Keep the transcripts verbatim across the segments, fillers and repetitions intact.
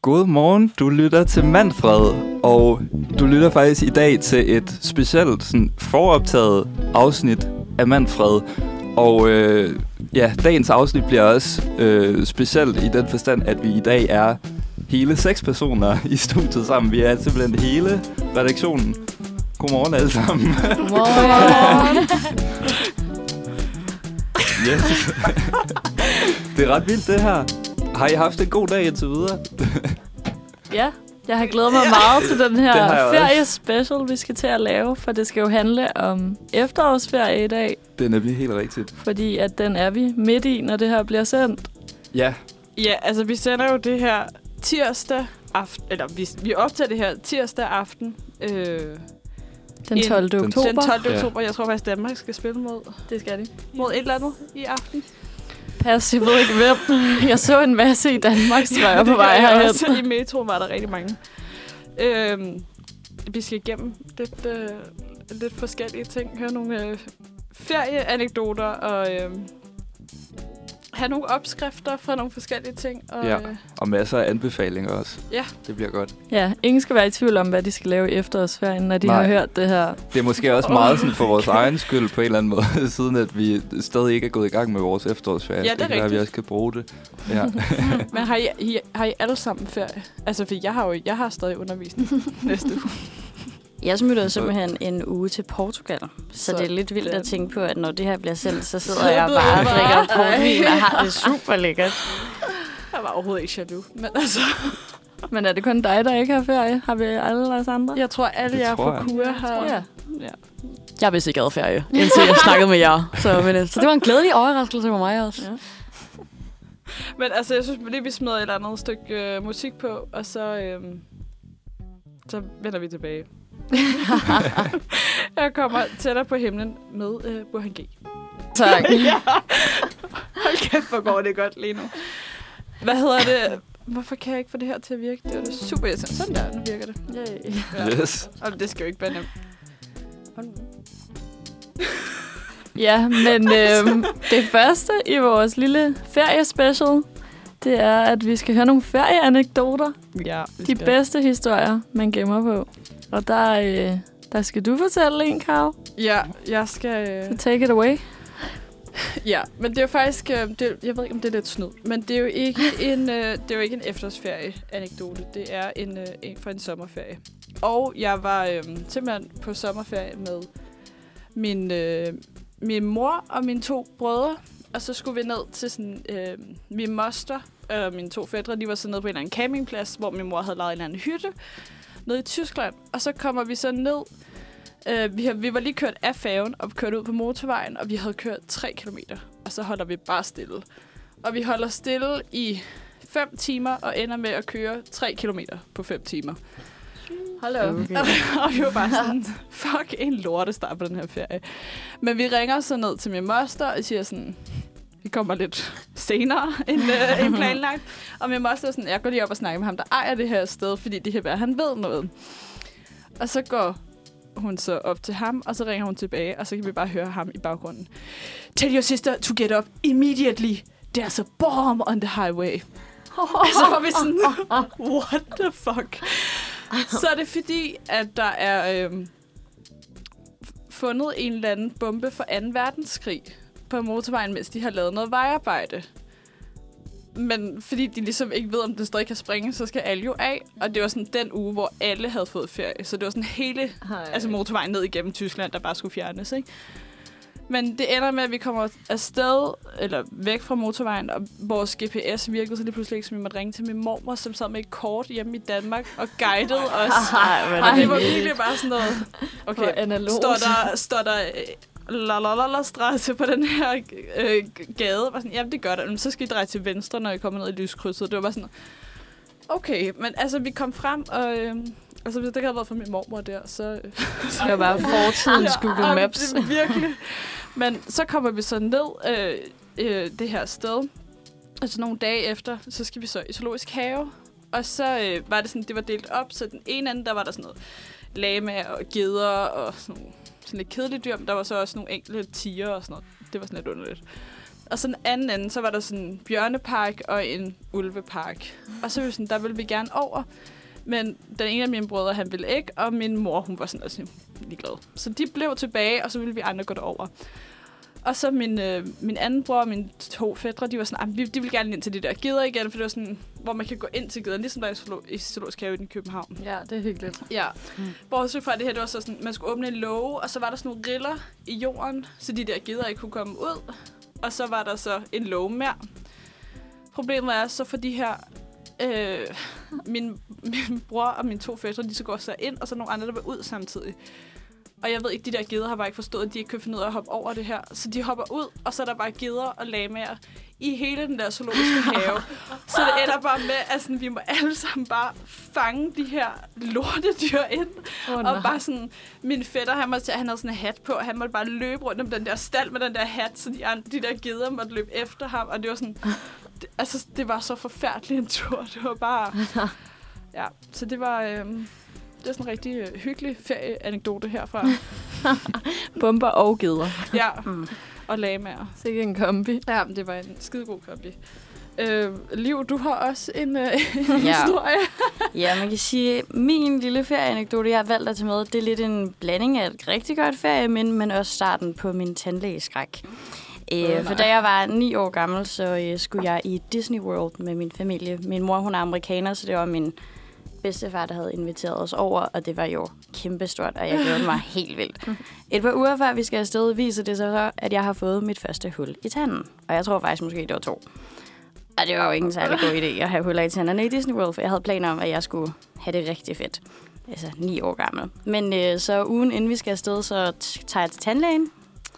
God morgen, du lytter til Manfred, og du lytter faktisk i dag til et specielt sådan, foroptaget afsnit af Manfred. Og øh, ja, dagens afsnit bliver også øh, specielt i den forstand, at vi i dag er hele seks personer i studiet sammen. Vi er simpelthen hele redaktionen. Godmorgen alle sammen. Godmorgen. Yes. Det er ret vildt det her. Har I haft en god dag indtil videre? Ja, jeg har glædet mig meget til den her ferie-special, vi skal til at lave, for det skal jo handle om efterårsferie i dag. Det er nemlig helt rigtigt. Fordi at den er vi midt i, når det her bliver sendt. Ja. Ja, altså vi sender jo det her tirsdag aften, eller vi, vi optager det her tirsdag aften. Øh, den tolvte oktober. Den tolvte oktober. Jeg tror faktisk, Danmark skal spille mod, det skal de. mod et eller andet i aften. Pas, jeg ved ikke hvem. Jeg så en masse i Danmark, så var jeg på vej herhen. Også i metroen var der rigtig mange. Øhm, vi skal igennem lidt, øh, lidt forskellige ting. Høre nogle øh, ferieanekdoter og øh, have nogle opskrifter fra nogle forskellige ting. Og, ja, øh, og masser af anbefalinger også. Ja. Det bliver godt. Ja, ingen skal være i tvivl om, hvad de skal lave i efterårsferien, når de Nej. har hørt det her. Det er måske også meget sådan for vores egen skyld på en eller anden måde, siden at vi stadig ikke er gået i gang med vores efterårsferie. Ja, det er rigtigt. At vi også kan bruge det. Ja. Men har I, I, har I alle sammen ferie? Altså, for jeg har jo jeg har stadig undervisning næste uge. Jeg smutter simpelthen en uge til Portugal, så, Så det er lidt vildt den. at tænke på, at når det her bliver sendt, så sidder jeg bare og drikker portvin og har det super lækkert. Jeg var overhovedet ikke jaloux, men altså... Men er det kun dig, der ikke har ferie? Har vi alle os andre? Jeg tror, alle Det jer tror fra jeg. Kura har... Ja. Ja. Jeg har vist ikke havde ferie, indtil jeg snakkede med jer. Så, men, så det var en glædelig overraskelse for mig også. Ja. Men altså, jeg synes lige, vi smider et eller andet stykke øh, musik på, og så, øh, så vender vi tilbage. Jeg kommer tættere på himlen med øh, Burhan G. Tak. Ja. Hold kæft, hvor går det godt lige nu. Hvad hedder det? Hvorfor kan jeg ikke få det her til at virke? Det er det super irriterende. Sådan der, nu virker det. Yay. Ja. Yes. Og det skal jo ikke være nemt. Ja, men øh, det første i vores lille feriespecial, det er, at vi skal høre nogle ferieanekdoter. Ja, De bedste historier, man gemmer på. Og der, øh, der skal du fortælle en, Karo. Ja, jeg skal... Øh... Så take it away. Ja, men det er jo faktisk... Øh, det, jeg ved ikke, om det er lidt snyd, men det er jo ikke en, øh, det er jo ikke en efterårsferie-anekdote. Det er en, øh, en fra en sommerferie. Og jeg var øh, simpelthen på sommerferie med min, øh, min mor og mine to brødre. Og så skulle vi ned til sådan... Øh, min moster og mine to fædre, de var så nede på en eller anden campingplads, hvor min mor havde lavet en eller anden hytte nede i Tyskland. Og så kommer vi så ned... Uh, vi, har, vi var lige kørt af færgen og kørt ud på motorvejen, og vi havde kørt tre kilometer. Og så holder vi bare stille. Og vi holder stille i fem timer og ender med at køre tre kilometer på fem timer. Hold op. Okay. Og vi var bare sådan, fuck, en lortestart på den her ferie. Men vi ringer så ned til min moster og siger sådan, vi kommer lidt senere end, øh, end planlagt. Og min moster er sådan, jeg går lige op og snakker med ham, der ejer det her sted, fordi det kan være, han ved noget. Og så går hun så op til ham, og så ringer hun tilbage, og så kan vi bare høre ham i baggrunden. Tell your sister to get up immediately. There's a bomb on the highway. Og så var vi sådan, what the fuck? Så er det fordi, at der er øhm, fundet en eller anden bombe fra anden verdenskrig på motorvejen, mens de har lavet noget vejarbejde. Men fordi de ligesom ikke ved, om den stadig kan springe, så skal alle jo af. Og det var sådan den uge, hvor alle havde fået ferie. Så det var sådan hele altså motorvejen ned igennem Tyskland, der bare skulle fjernes, ikke? Men det ender med, at vi kommer afsted, eller væk fra motorvejen, og vores G P S virkede så lige pludselig ikke, så vi måtte ringe til min mormor, som sad med et kort hjemme i Danmark og guidede os. Og det var virkelig bare sådan noget. Okay, står der, står der la la la la strasse på den her øh, gade. Var sådan, jamen det gør det, men så skal I dreje til venstre, når I kommer ned i lyskrydset. Det var bare sådan, okay, men altså vi kom frem, og øh, altså hvis det ikke havde været for min mormor der, så... Øh, Det var bare fortidens Google Maps. Det virkelig. Men så kommer vi så ned øh, øh, det her sted, og så nogle dage efter, så skal vi så i zoologisk have. Og så øh, var det sådan, det var delt op, så den ene ende, der var der sådan noget lama og geder og sådan, sådan lidt kedelige dyr, men der var så også nogle enkelte tiger og sådan noget. Det var sådan lidt underligt. Og så den anden ende, så var der sådan en bjørnepark og en ulvepark. Og så var vi sådan, der ville vi gerne over. Men den ene af mine brødre, han ville ikke, og min mor, hun var sådan også ligeglad. Så de blev tilbage, og så ville vi andre gå derover. Og så min, øh, min anden bror og mine to fætre, de var sådan, ah, de ville gerne ind til de der geder igen, for det var sådan, hvor man kan gå ind til gederne, ligesom der er i Zoologisk Have i København. Ja, det er hyggeligt. Ja. Mm. Bortset fra det her, det var så sådan, man skulle åbne en låge, og så var der sådan nogle riller i jorden, så de der geder ikke kunne komme ud. Og så var der så en låge mere. Problemet er så for de her, øh, min, min bror og mine to fætre, de så går så ind, og så nogle andre, der var ud samtidig. Og jeg ved ikke, de der geder har bare ikke forstået, at de ikke kan finde ud af at hoppe over det her. Så de hopper ud, og så er der bare geder og lamaer i hele den der zoologiske have. Så det ender bare med, at sådan, vi må alle sammen bare fange de her lortedyr ind. Oh, og bare sådan, min fætter, han, måtte, han havde sådan en hat på, og han måtte bare løbe rundt om den der stald med den der hat, så de, andre, de der geder måtte løbe efter ham. Og det var sådan, det, altså det var så forfærdeligt en tur. Det var bare, ja, så det var... Øhm, Det er sådan en rigtig øh, hyggelig ferieanekdote herfra. Bomber og geder. Ja, mm. og lamaer. Sikke en kombi. Ja, det var en skidegod kombi. Øh, Liv, du har også en, øh, en ja. historie. Ja, man kan sige, at min lille ferieanekdote, jeg har valgt at tage med, det er lidt en blanding af et rigtig godt feriemind, men også starten på min tandlægeskræk. Øh, for da jeg var ni år gammel, så øh, skulle jeg i Disney World med min familie. Min mor, hun er amerikaner, så det var min bedstefar, der havde inviteret os over, og det var jo kæmpestort, og jeg glædede mig helt vildt. Et par uger før vi skal afsted, viser det sig så, at jeg har fået mit første hul i tanden. Og jeg tror faktisk måske, det var to. Og det var jo ikke en særlig god idé at have huller i tænderne i Disney World, for jeg havde planer om, at jeg skulle have det rigtig fedt. Altså ni år gammel. Men øh, så ugen inden vi skal afsted, så tager jeg til tandlægen.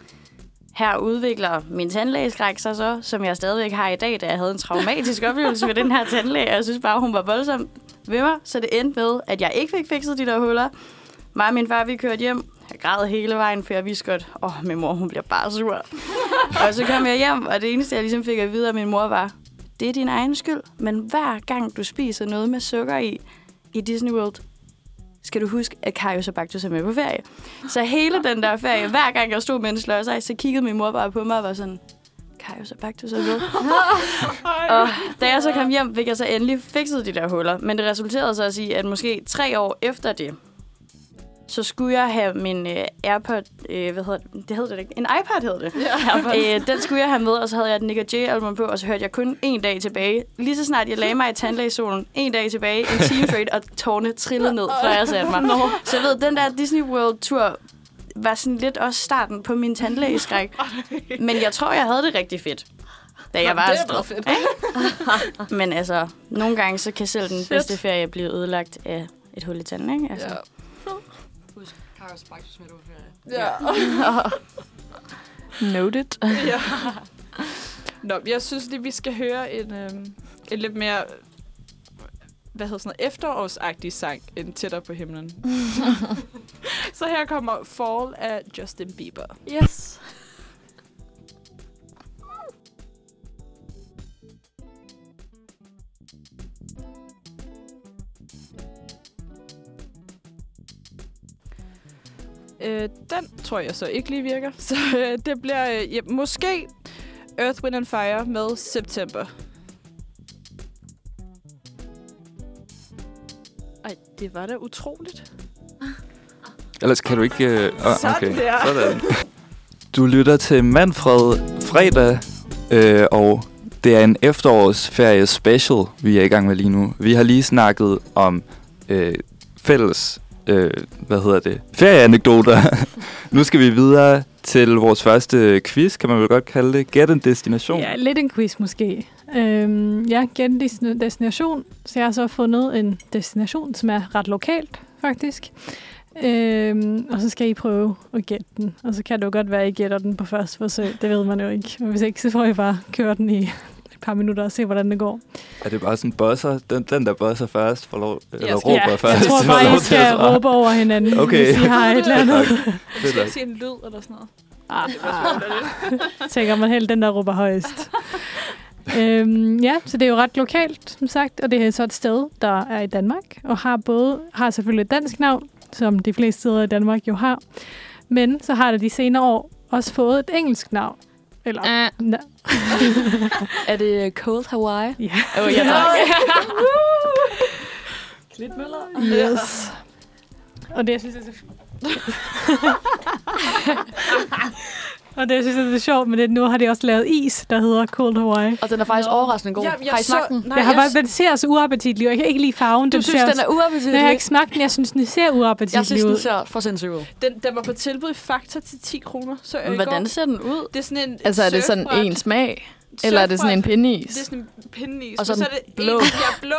Her udvikler min tandlægeskræk sig så, som jeg stadigvæk har i dag, da jeg havde en traumatisk oplevelse med den her tandlæge. Jeg synes bare, hun var voldsom ved mig, så det endte med, at jeg ikke fik fikset de der huller. Mig og min far, vi kørte hjem. Jeg græd hele vejen, for jeg vidste godt, åh, oh, min mor, hun bliver bare sur. Og så kom jeg hjem, og det eneste, jeg ligesom fik at vide af min mor, var, det er din egen skyld, men hver gang du spiser noget med sukker i, i Disney World, skal du huske, at Karius og Baktus er med på ferie. Så hele den der ferie, hver gang jeg stod med en sløjsej, så kiggede min mor bare på mig og var sådan, Karius og Baktus er med. Og da jeg så kom hjem, fik jeg så endelig fikset de der huller. Men det resulterede så at sige, at måske tre år efter det, så skulle jeg have min øh, AirPod, øh, hvad hedder det? Det hedder det ikke. En iPad hedder det. Ja, øh, den skulle jeg have med, og så havde jeg et Nick og Jay-album på, og så hørte jeg kun en dag tilbage. Lige så snart jeg lagde mig i tandlægestolen, en dag tilbage, en time straight, og tårne trillede ned, før jeg satte mig. No. Så jeg ved, den der Disney World-tur var sådan lidt også starten på min tandlægeskræk. Men jeg tror, jeg havde det rigtig fedt, da jeg var afsted. Men altså, nogle gange så kan selv den Shit. bedste ferie blive ødelagt af et hul i tanden, ikke? Altså. Ja. Husk, Karius Baktus med på ferie. Ja. Noted. Ja. Nå, jeg synes lige, vi skal høre en, øhm, en lidt mere, hvad hedder sådan noget, efterårsagtig sang end Tættere på himlen. Så her kommer Fall af Justin Bieber. Yes. Øh, den tror jeg så ikke lige virker. Så øh, det bliver øh, ja, måske Earth, Wind and Fire med September. Ej, det var da utroligt. Ellers kan du ikke... Øh, oh, Sådan okay. der. Sådan. Du lytter til Manfred fredag, øh, og det er en efterårsferie special, vi er i gang med lige nu. Vi har lige snakket om øh, fælles... Øh, hvad hedder det? Ferieanekdoter. Nu skal vi videre til vores første quiz, kan man vel godt kalde det. Gæt en destination. Ja, lidt en quiz måske. Øhm, ja, gæt en destin- destination. Så jeg har så fundet en destination, som er ret lokalt, faktisk. Øhm, og så skal I prøve at gætte den. Og så kan det jo godt være, at I gætter den på første forsøg. Det ved man jo ikke. Og hvis ikke, så får I bare køre den i et par minutter og se, hvordan det går. Er det bare sådan bosser? Den, den der bosser først får lov, eller skal- råber Ja, først? jeg tror får lov bare, I til skal at svare. råbe over hinanden, Okay. hvis I har et eller andet. Skal jeg sige en lyd eller sådan noget? Ah, Det var svært, tænker man helt den, der råber højst. øhm, ja, så det er jo ret lokalt, som sagt, og det er så et sted, der er i Danmark, og har både har selvfølgelig et dansk navn, som de fleste steder i Danmark jo har, men så har det de senere år også fået et engelsk navn. Eller, Uh. na- Er det Cold Hawaii? ja. Åh, oh, ja tak. Klitmøller. Yes. Og det, jeg synes, er så... Og det, jeg synes, er så sjovt med det, nu har de også lavet is, der hedder Cold Hawaii. Og den er faktisk overraskende god. Ja, jeg Har I så- smagt den? Nej, Jeg har jeg bare, s- den ser så uappetitlig ud. Jeg kan ikke lide farven. Du Den synes, ser den er uappetitlig? Nej, jeg har ikke smagt den. Jeg synes, den ser uappetitlig Jeg synes, den ud. ser for sindssygt ud. Den, den var på tilbud i Fakta til ti kroner. Så jeg i Hvordan går. ser den ud? Det er sådan en Altså, er det sådan surfbræt. en smag? Eller er det sådan en Surfbræt. pindeis? Det er sådan en pindeis. Og så men så den er det blå. En, ja, blå.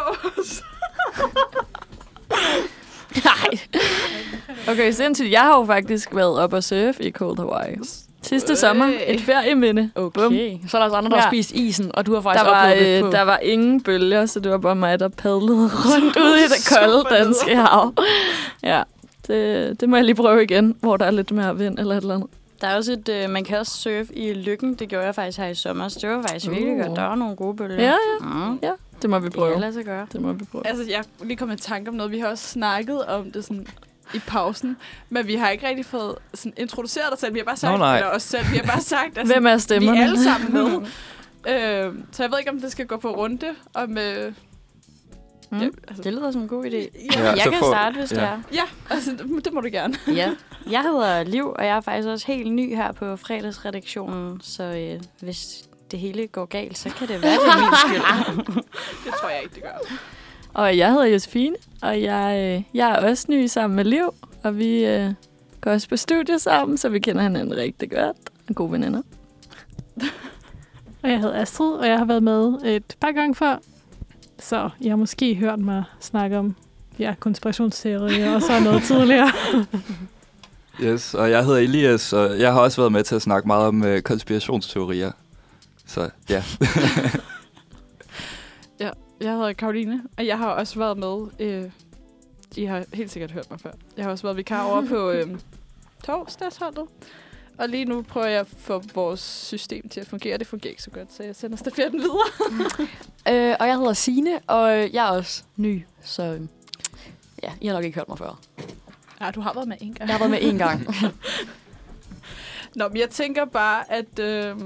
Nej. Okay, sindssygt. Jeg har jo faktisk været op og surfe i Cold Hawaii. Sidste Øh. sommer. Et ferieminde. Bum. Okay. Så er der også andre, der har Ja. spist isen, og du har Altså, faktisk Der var, oplevet det øh, på. der var ingen bølger, så det var bare mig, der padlede rundt ude i det Super kolde nederen. danske hav. Ja, det, det må jeg lige prøve igen, hvor der er lidt mere vind eller et eller andet. Der er også et, øh, man kan også surfe i Lykken. Det gjorde jeg faktisk her i sommer. Så det var faktisk Uh. virkelig godt. Der var nogle gode bølger. Ja, Mm. ja. Det må vi Det prøve. kan lade sig gøre. Det må vi prøve. Altså, jeg er lige kommet i tanke om noget. Vi har også snakket om det sådan i pausen, men vi har ikke rigtig fået sådan, introduceret os selv. Vi har bare sagt, Nå, nej. eller os selv, vi har bare sagt, at Hvem er vi er stemmerne? alle sammen med. øh, så jeg ved ikke, om det skal gå på runde, om... Øh, Mm. ja, altså, Det lyder som en god idé. ja, Ja, Jeg så kan får- starte, hvis ja. det er. ja, altså, det må du gerne. Ja. Jeg hedder Liv, og jeg er faktisk også helt ny her på fredagsredaktionen. Så øh, hvis det hele går galt, så kan det være, det er min skyld. Det tror jeg ikke, det gør. Og jeg hedder Josefine, og jeg, øh, jeg er også ny sammen med Liv, og vi øh, går også på studie sammen, så vi kender hinanden rigtig godt. Og gode veninder. Og jeg hedder Astrid, og jeg har været med et par gange før. Så I har måske hørt mig snakke om ja, konspirationsteorier og sådan noget tidligere. Yes, og jeg hedder Elias, og jeg har også været med til at snakke meget om øh, konspirationsteorier. Så ja. Jeg hedder Karoline, og jeg har også været med... Øh, I har helt sikkert hørt mig før. Jeg har også været vikar over på øh, torsdagsholdet. Og lige nu prøver jeg at få vores system til at fungere. Det fungerer ikke så godt, så jeg sender stafetten videre. Øh, og jeg hedder Signe, og jeg er også ny, så øh, ja, I har nok ikke hørt mig før. Ja, du har været med en gang. Jeg har været med én gang. Nå, men jeg tænker bare, at øh,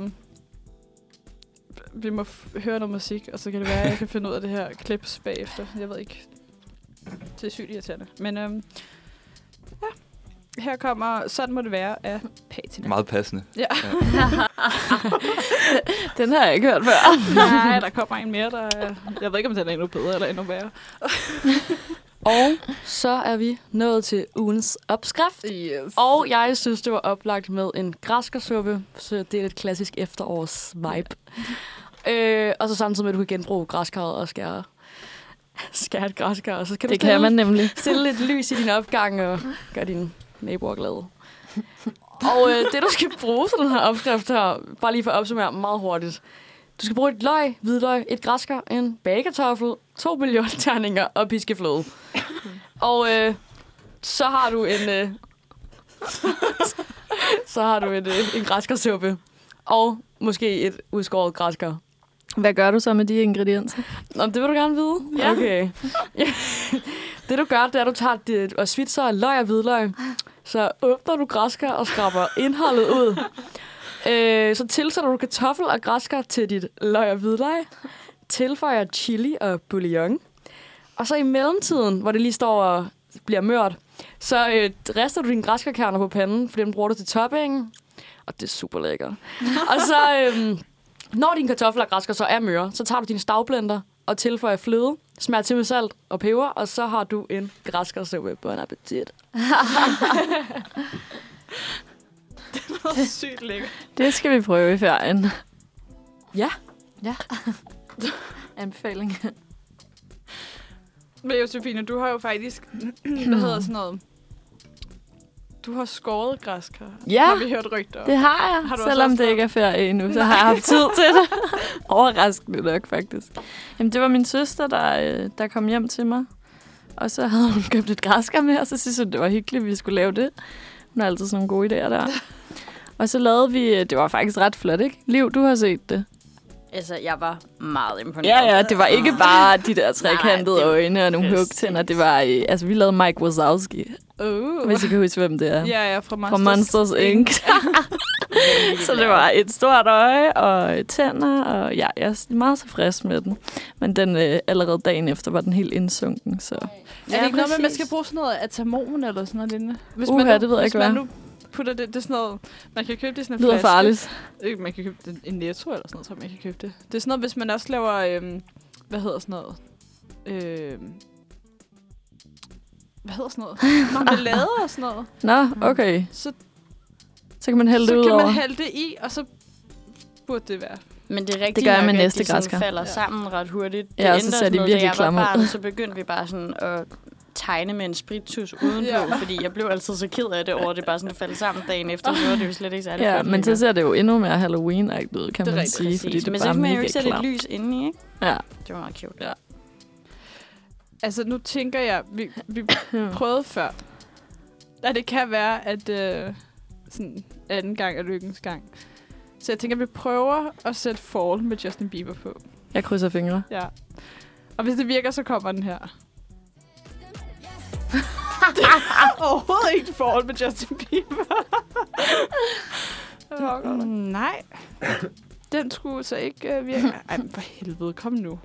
vi må f- høre noget musik, og så kan det være, at jeg kan finde ud af det her klips bagefter. Jeg ved ikke. Det er sygt irriterende. Men øh, ja, her kommer Sådan må det være af Patina. Meget passende. Ja. Den har jeg ikke hørt før. Nej, der kommer en mere, der er... Jeg ved ikke, om den er endnu bedre eller endnu værre. Og så er vi nået til ugens opskrift. Yes. Og jeg synes, det var oplagt med en græskarsuppe, så det er et klassisk efterårs vibe. øh, og så samtidig med, at du kan genbruge græskarret og skære, skære et græskar. Og så kan Det du kan man nemlig. stille lidt lys i din opgang og gøre dine naboer glade. Og øh, det, du skal bruge til den her opskrift her, bare lige for at opsummere meget hurtigt. Du skal bruge et løg, hvidløg, et græskar, en bagekartoffel, to bouillonterninger og piskefløde. Og øh, så har du en... Øh, så har du en, øh, en græskarsuppe. Og måske et udskåret græskar. Hvad gør du så med de ingredienser? Nå, det vil du gerne vide? Ja. Okay. Det du gør, det er, at du tager det, og svitser løg og hvidløg. Så åbner du græskar og skraber indholdet ud. Øh, så tilsætter du kartoffel og græskar til dit løg og hvidløg. Tilføjer chili og bouillon. Og så i mellemtiden, hvor det lige står og bliver mørt, så øh, rister du dine græskarkerner på panden, for den bruger du til toppingen. Og det er super lækkert. Og så, øh, når dine kartofler og græskar så er møre, så tager du din stavblender og tilføjer fløde, smager til med salt og peber, og så har du en græskarsuppe. Bon appetit. Det var sygt lækkert. Det skal vi prøve i ferien. Ja. Ja. Anbefaling. Men Josefine, du har jo faktisk... hvad hedder sådan noget? Du har skåret græskar. Ja. Har vi hørt rygter om. Det har jeg, Har du selvom også det ikke er ferie endnu, så har jeg haft tid til det. Overraskende nok, faktisk. Jamen, det var min søster, der, øh, der kom hjem til mig. Og så havde hun købt et græskar med, og så synes hun, det var hyggeligt, at vi skulle lave det. Hun har altid sådan nogle gode idéer der. Og så lavede vi... Det var faktisk ret flot, ikke? Liv, du har set det. Altså, jeg var meget imponeret. Ja, ja, det var ikke bare de der trekantede Nej, det- øjne og nogle hugtænder. Det var... øh, Altså, vi lavede Mike Wazowski, Uh. hvis I kan huske, hvem det er. Ja, ja, fra Monsters, Fra Monsters Incorporated. Så det var et stort øje og tænder, og ja, jeg er meget tilfreds med den. Men den øh, allerede dagen efter var den helt indsunken, så... Er det ikke noget med, at man skal bruge sådan noget atamon eller sådan noget lignende? Hvis Uha, man nu, det ved jeg hvis ikke, man hvad. nu putter det, det er sådan noget... Man kan købe det i sådan en Det lyder flaske. farligt. Øh, Man kan købe det i Netto eller sådan noget, så man kan købe det. Det er sådan noget, hvis man også laver... Øhm, hvad hedder sådan noget? Øhm, hvad hedder sådan noget? Marmelade og sådan noget. Nå, okay. Så, Så kan man hælde så det ud kan over. man hælde det i, og så burde det være. Men det er rigtigt Det gør jeg nok, med at næste de sådan græskar. falder Ja. sammen ret hurtigt. Det Ja, og så ændrer ser sådan de noget, virkelig da jeg var klamme ud. barn, så begyndte vi bare sådan at tegne med en sprittus udenpå, Ja. fordi jeg blev altid så ked af det over, det bare sådan faldt sammen dagen efter, så var det jo slet ikke særlig Ja, fedt men så længere. ser det jo endnu mere Halloween-agtigt ud, kan Det er man rigtigt, sige, Præcis. fordi det er men så bare kan man jo mega ikke sætte et klamt. lys inde i, ikke? Ja. Det var meget cute. Ja. Altså, nu tænker jeg, vi, vi prøvede før, at det kan være, at øh, sådan anden gang er lykkens gang. Så jeg tænker, at vi prøver at sætte Fall med Justin Bieber på. Jeg krydser fingre. Ja. Og hvis det virker, så kommer den her. Det er overhovedet ikke Fall med Justin Bieber. mm, nej. Den skulle så ikke øh, virke. Ej, men for helvede, kom nu.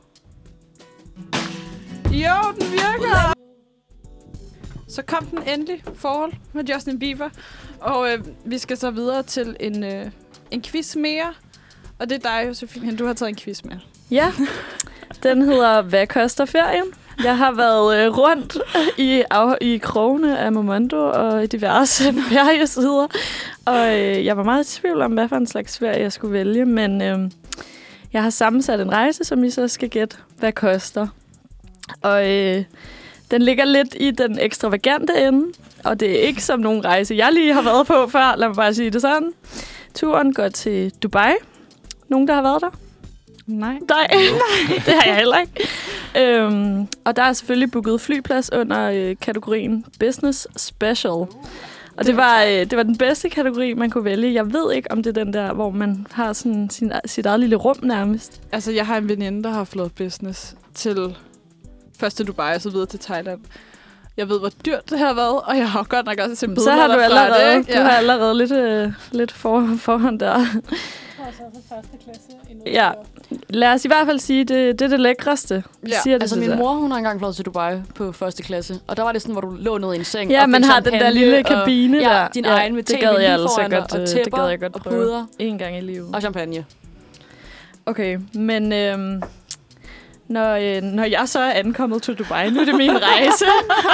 Jo, den virker! Så kom den endelig, Fall med Justin Bieber. Og øh, vi skal så videre til en, øh, en quiz mere. Og det er dig, Josefine. Du har taget en quiz med. Ja, den hedder Hvad koster ferien? Jeg har været øh, rundt i, af, i krogene af Momondo og i diverse feriesider. Og øh, jeg var meget i tvivl om, hvad for en slags ferie jeg skulle vælge. Men øh, jeg har sammensat en rejse, som I så skal gætte, hvad koster. Og øh, den ligger lidt i den ekstravagante ende. Og det er ikke som nogen rejse, jeg lige har været på før. Lad mig bare sige det sådan. Turen går til Dubai. Nogen, der har været der? Nej. Nej, det har jeg heller ikke. Øhm, og der er selvfølgelig booket flyplads under øh, kategorien Business Special. Og det var, øh, det var den bedste kategori, man kunne vælge. Jeg ved ikke, om det er den der, hvor man har sådan sin, sit eget lille rum nærmest. Altså, jeg har en veninde, der har flået business til først til Dubai og så videre til Thailand. Jeg ved, hvor dyrt det har været, og jeg har godt nok også set Så har du allerede, det, ikke? du har allerede lidt, øh, lidt for, forhånd der. Ja. Lad os i hvert fald sige, det, det er det lækreste. Vi Ja. siger det Altså, til min det. mor, hun har engang flået til Dubai på første klasse. Og der var det sådan, hvor du lå ned i en seng Ja, og fik man har den der champagne lille og- kabine ja, der. din Ja, egen med det tv gad jeg lige altså foran dig, godt, og øh, det tæpper gad jeg godt og prøve. puder En gang i livet. og champagne. Okay, men øhm, når, øh, når jeg så er ankommet til Dubai, nu er det min rejse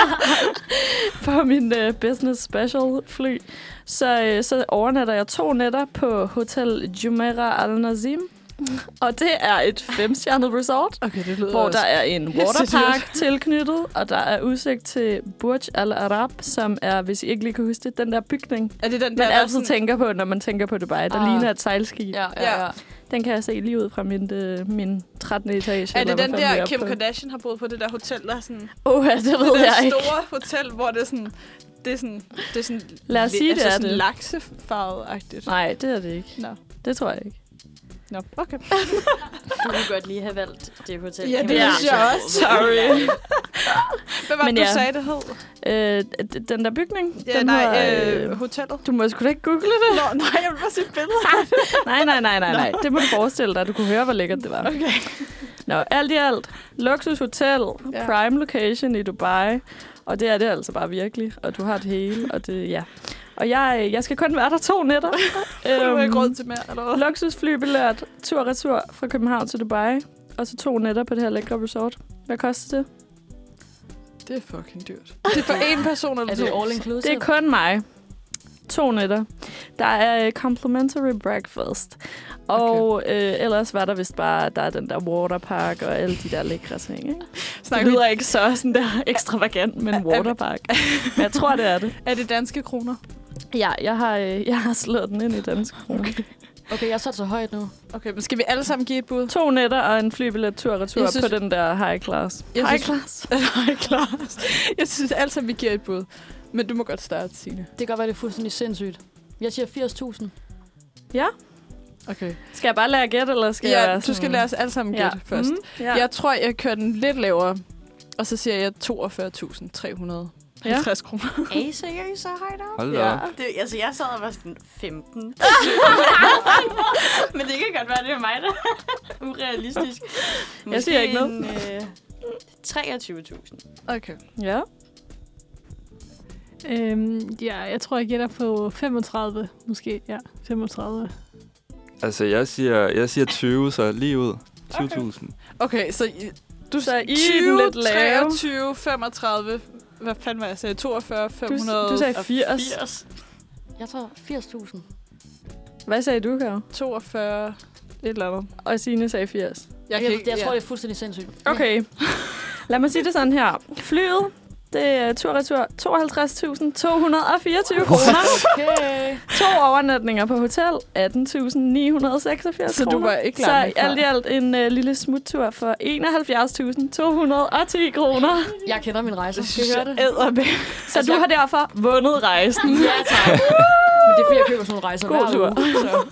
på min øh, business special fly, så, øh, så overnatter jeg to nætter på Hotel Jumeirah Al Nazim. Og det er et femstjernet resort, Okay, det lyder hvor også. der er en waterpark tilknyttet, og der er udsigt til Burj Al Arab, som er, hvis I ikke lige kan huske det, den der bygning, Er det den der, man der er altid sådan- tænker på, når man tænker på Dubai. Der Ah. ligner et sejlskib. Ja, ja, ja. Den kan jeg se lige ud fra min, øh, min trettende etage. Er eller det hvad den fanden vi der, er Kim på. Kardashian har boet på det der hotel, der er sådan... Åh, ja, det Det ved der jeg ikke. store hotel, hvor det er sådan... Det er sådan... Det er sådan Lad os lidt- sige, det altså er sådan det. laksefarvet-agtigt. Nej, det er det ikke. Nå. Det tror jeg ikke. Nå, okay. Du kunne godt lige have valgt det hotel. Ja, Kan det man synes sige. jeg også. Sorry. Hvad var Men det, du ja. sagde, det hed? øh, d- den der bygning, Ja, den nej, hedder, øh, hotellet. du må sgu da ikke google det. Nå, nej, jeg vil bare se et billede. nej, nej, nej, nej, nej. Det må du forestille dig. Du kunne høre, hvor lækkert det var. Okay. Nå, alt i alt. Luksushotel, Ja. prime location i Dubai. Og det er det altså bare virkelig. Og du har det hele, og det, ja. Og jeg, jeg skal kun være der to nætter. Du har ikke råd til mere, eller hvad? Luksusflybillet, tur-retur fra København til Dubai. Og så to nætter på det her lækre resort. Hvad koster det? Det er fucking dyrt. Det er for én person eller Er det to? all inclusive? Det er kun mig. To nætter. Der er øh, complimentary breakfast. Og øh, ellers var der vist bare, der er den der waterpark og alle de der lækre ting. Ikke? Det Snakker vi, lyder ikke så sådan der ekstravagant, men waterpark. Men jeg tror, det er det. er det danske kroner? Ja, jeg har, øh, jeg har slået den ind i dansk kroner. Okay. Okay, jeg satte så højt nu. Okay, men skal vi alle sammen give et bud? To nætter og en flybillet tur-retur Jeg synes- på den der high class. Jeg high synes- class? Nej, klar. Jeg synes alle sammen, vi giver et bud. Men du må godt starte, Signe. Det kan godt være, det er fuldstændig sindssygt. Jeg siger firs tusind. Ja. Okay. Skal jeg bare lære at gætte, eller skal Ja, jeg... du skal sådan- lade os alle sammen gætte Ja. først. Mm, ja. Jeg tror, jeg kører den lidt lavere. Og så siger jeg toogfyrre tusind tre hundrede. Ja. halvtreds kroner. Er I seriøst så højt op? Hold da Ja. op. Det, altså, jeg sad og var sådan femten. Men det kan godt være, det er mig, der er urealistisk. Måske Jeg siger ikke noget. en, øh, treogtyve tusind. Okay. Ja. Øhm, ja, jeg tror, jeg gætter på femogtredive. Måske, ja. femogtredive. Altså, jeg siger, jeg siger tyve, så lige ud. tyve tusind. Okay, så I- du Så I er den tyve, lidt lave. treogtyve, femogtredive, hvad fanden var jeg sagde? toogfyrre, fem hundrede. Du, du sagde firs. Jeg tror firs tusind. Hvad sagde du, Karo? toogfyrre, et eller andet. Og Signe sagde firs. Jeg, Jeg, kan jeg, ikke, jeg tror, ja. det er fuldstændig sindssygt. Okay. Lad mig sige det sådan her. Flyet, det er tur-retur tooghalvtreds tusind to hundrede og fireogtyve kroner. Okay. To overnatninger på hotel, atten tusind ni hundrede og seksogfirs Så du kroner. var ikke klar Så med klar. alt i alt en uh, lille smuttur for enoghalvfjerds tusind to hundrede og ti kroner. Jeg kender min rejse. Skal I høre det? Eddermame. Så du har derfor vundet rejsen. Ja, tak. Men det er fordi, jeg køber sådan nogle rejser God hver tur. uge. Så.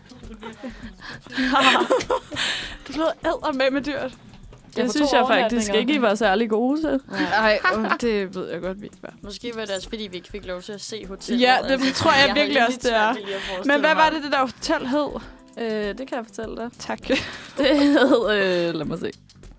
Det lyder eddermame dyrt. Det får synes to jeg faktisk overnatninger. ikke, I var særlig gode til. Nej, det ved jeg godt, vi ikke var. Måske var det også, fordi vi ikke fik lov til at se hotellet. Ja, det tror jeg har virkelig lidt også, det svært er. ved lige at forestille Men hvad mig. var det, det der hotel hed? Øh, det kan jeg fortælle dig. Tak. Det hed, øh, lad mig se.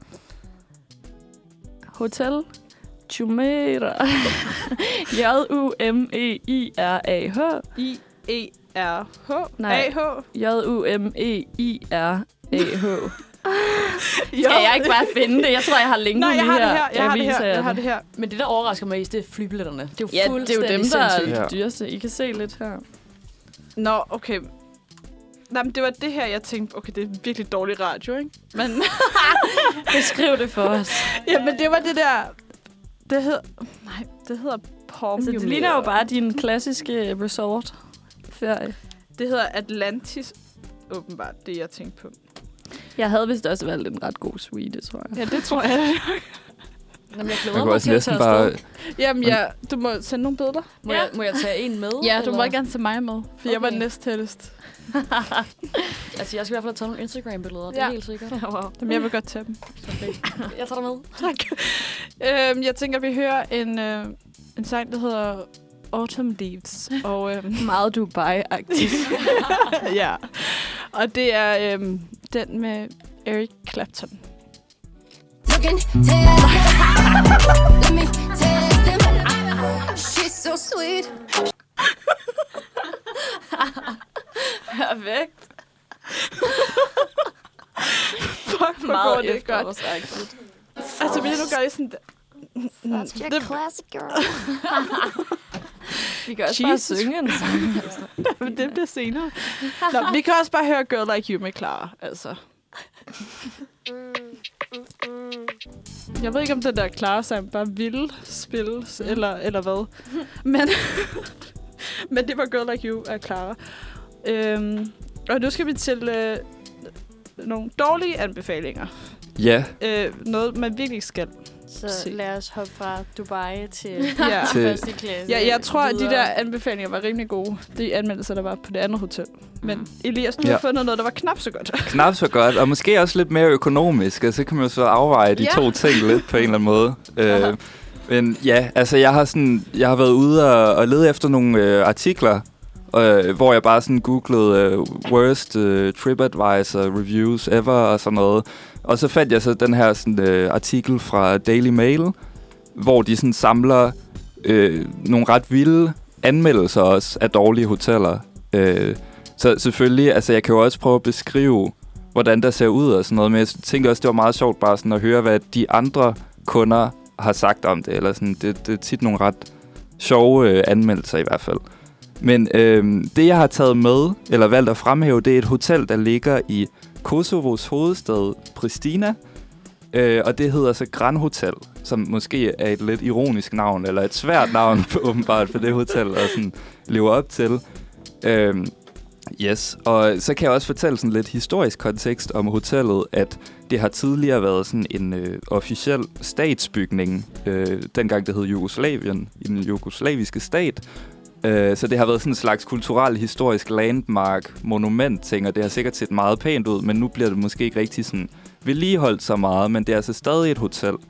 Hotel Jumeirah. J U M E I R A H. I E R H. Nej. A H. J U M E I R A H. Skal Skal jeg ikke bare finde det? Jeg tror, jeg har linket Nej, jeg lige har det her. her. Jeg har det viser her. jer Jeg har det her. Men det, der overrasker mig mest, det er flybilletterne. Det er jo Ja, det er jo fuldstændig dem, der sindssygt. er Ja. det dyreste. I kan se lidt her. Nå, okay. Nej, men det var det her, jeg tænkte, okay, det er virkelig dårlig radio, ikke? Men, Beskriv det for os. ja, men det var det der... Det hed... Nej, det hedder Palm Altså, det Jumeirah. ligner jo bare din klassiske resort-ferie. Det hedder Atlantis, åbenbart, det jeg tænkte på. Jeg havde vist også valgt en ret god suite, tror jeg. Ja, det tror jeg. Jamen, jeg Man glæder kunne mig også til at næsten tage bare... afsted. Jamen, ja, du må sende nogle billeder. Må, jeg, må jeg tage en med? Ja, du eller? må gerne tage mig med, for okay. jeg var Okay. næsttættest. Altså, jeg skal i hvert fald have taget nogle Instagram-billeder. Det er Ja. helt sikkert. Wow. Jamen, jeg vil godt tage dem. Jeg tager dig med. Tak. øhm, jeg tænker, vi hører en, øh, en sang, der hedder Autumn Leaves. Og, øhm, Meget Dubai-agtigt. ja. Og det er øhm, den med Eric Clapton. Looking test. Let me test them. She's so sweet. Perfekt. Fuck, hvor går Meget det godt. efterårsagtigt. Altså, vil jeg nu gøre sådan... That's your classic girl. Vi kan også bare Jesus. synge en sang. Men det bliver senere. Nå, vi kan også bare høre Girl Like You med Clara, altså. Jeg ved ikke, om den der Clara-sang bare ville spilles, eller, eller hvad. Men, men det var Girl Like You af Clara. Øhm, og nu skal vi til øh, nogle dårlige anbefalinger. Ja, Øh, noget, man virkelig skal. Så Se. lad os hoppe fra Dubai til Ja. Til- første klasse. Ja, jeg tror, at de videre. der anbefalinger var rimelig gode. De anmeldelser, der var på det andet hotel. Men Elias, du Ja. har fundet noget, der var knap så godt. knap så godt, og måske også lidt mere økonomisk, og så kan man jo så afveje de Ja. to ting lidt på en eller anden måde. Øh, men ja, altså jeg har sådan, jeg har været ude og, og lede efter nogle øh, artikler, øh, hvor jeg bare sådan googlede øh, worst øh, TripAdvisor reviews ever og sådan noget. Og så fandt jeg så den her sådan, øh, artikel fra Daily Mail, hvor de sådan samler øh, nogle ret vilde anmeldelser også af dårlige hoteller. Øh, så selvfølgelig, altså jeg kan jo også prøve at beskrive, hvordan der ser ud og sådan noget, men jeg tænkte også, det var meget sjovt bare sådan at høre, hvad de andre kunder har sagt om det, eller sådan, det, det er tit nogle ret sjove øh, anmeldelser i hvert fald. Men øh, det, jeg har taget med, eller valgt at fremhæve, det er et hotel, der ligger i Kosovos hovedstad, Pristina, øh, og det hedder så Grand Hotel, som måske er et lidt ironisk navn, eller et svært navn åbenbart for det hotel at sådan leve op til. Øh, Yes, og så kan jeg også fortælle sådan lidt historisk kontekst om hotellet, at det har tidligere været sådan en øh, officiel statsbygning, øh, dengang det hed Jugoslavien, i den jugoslaviske stat. Øh, så det har været sådan en slags kulturel, historisk landmark, monument-ting, og det har sikkert set meget pænt ud, men nu bliver det måske ikke rigtig sådan vedligeholdt så meget, men det er altså stadig et hotel.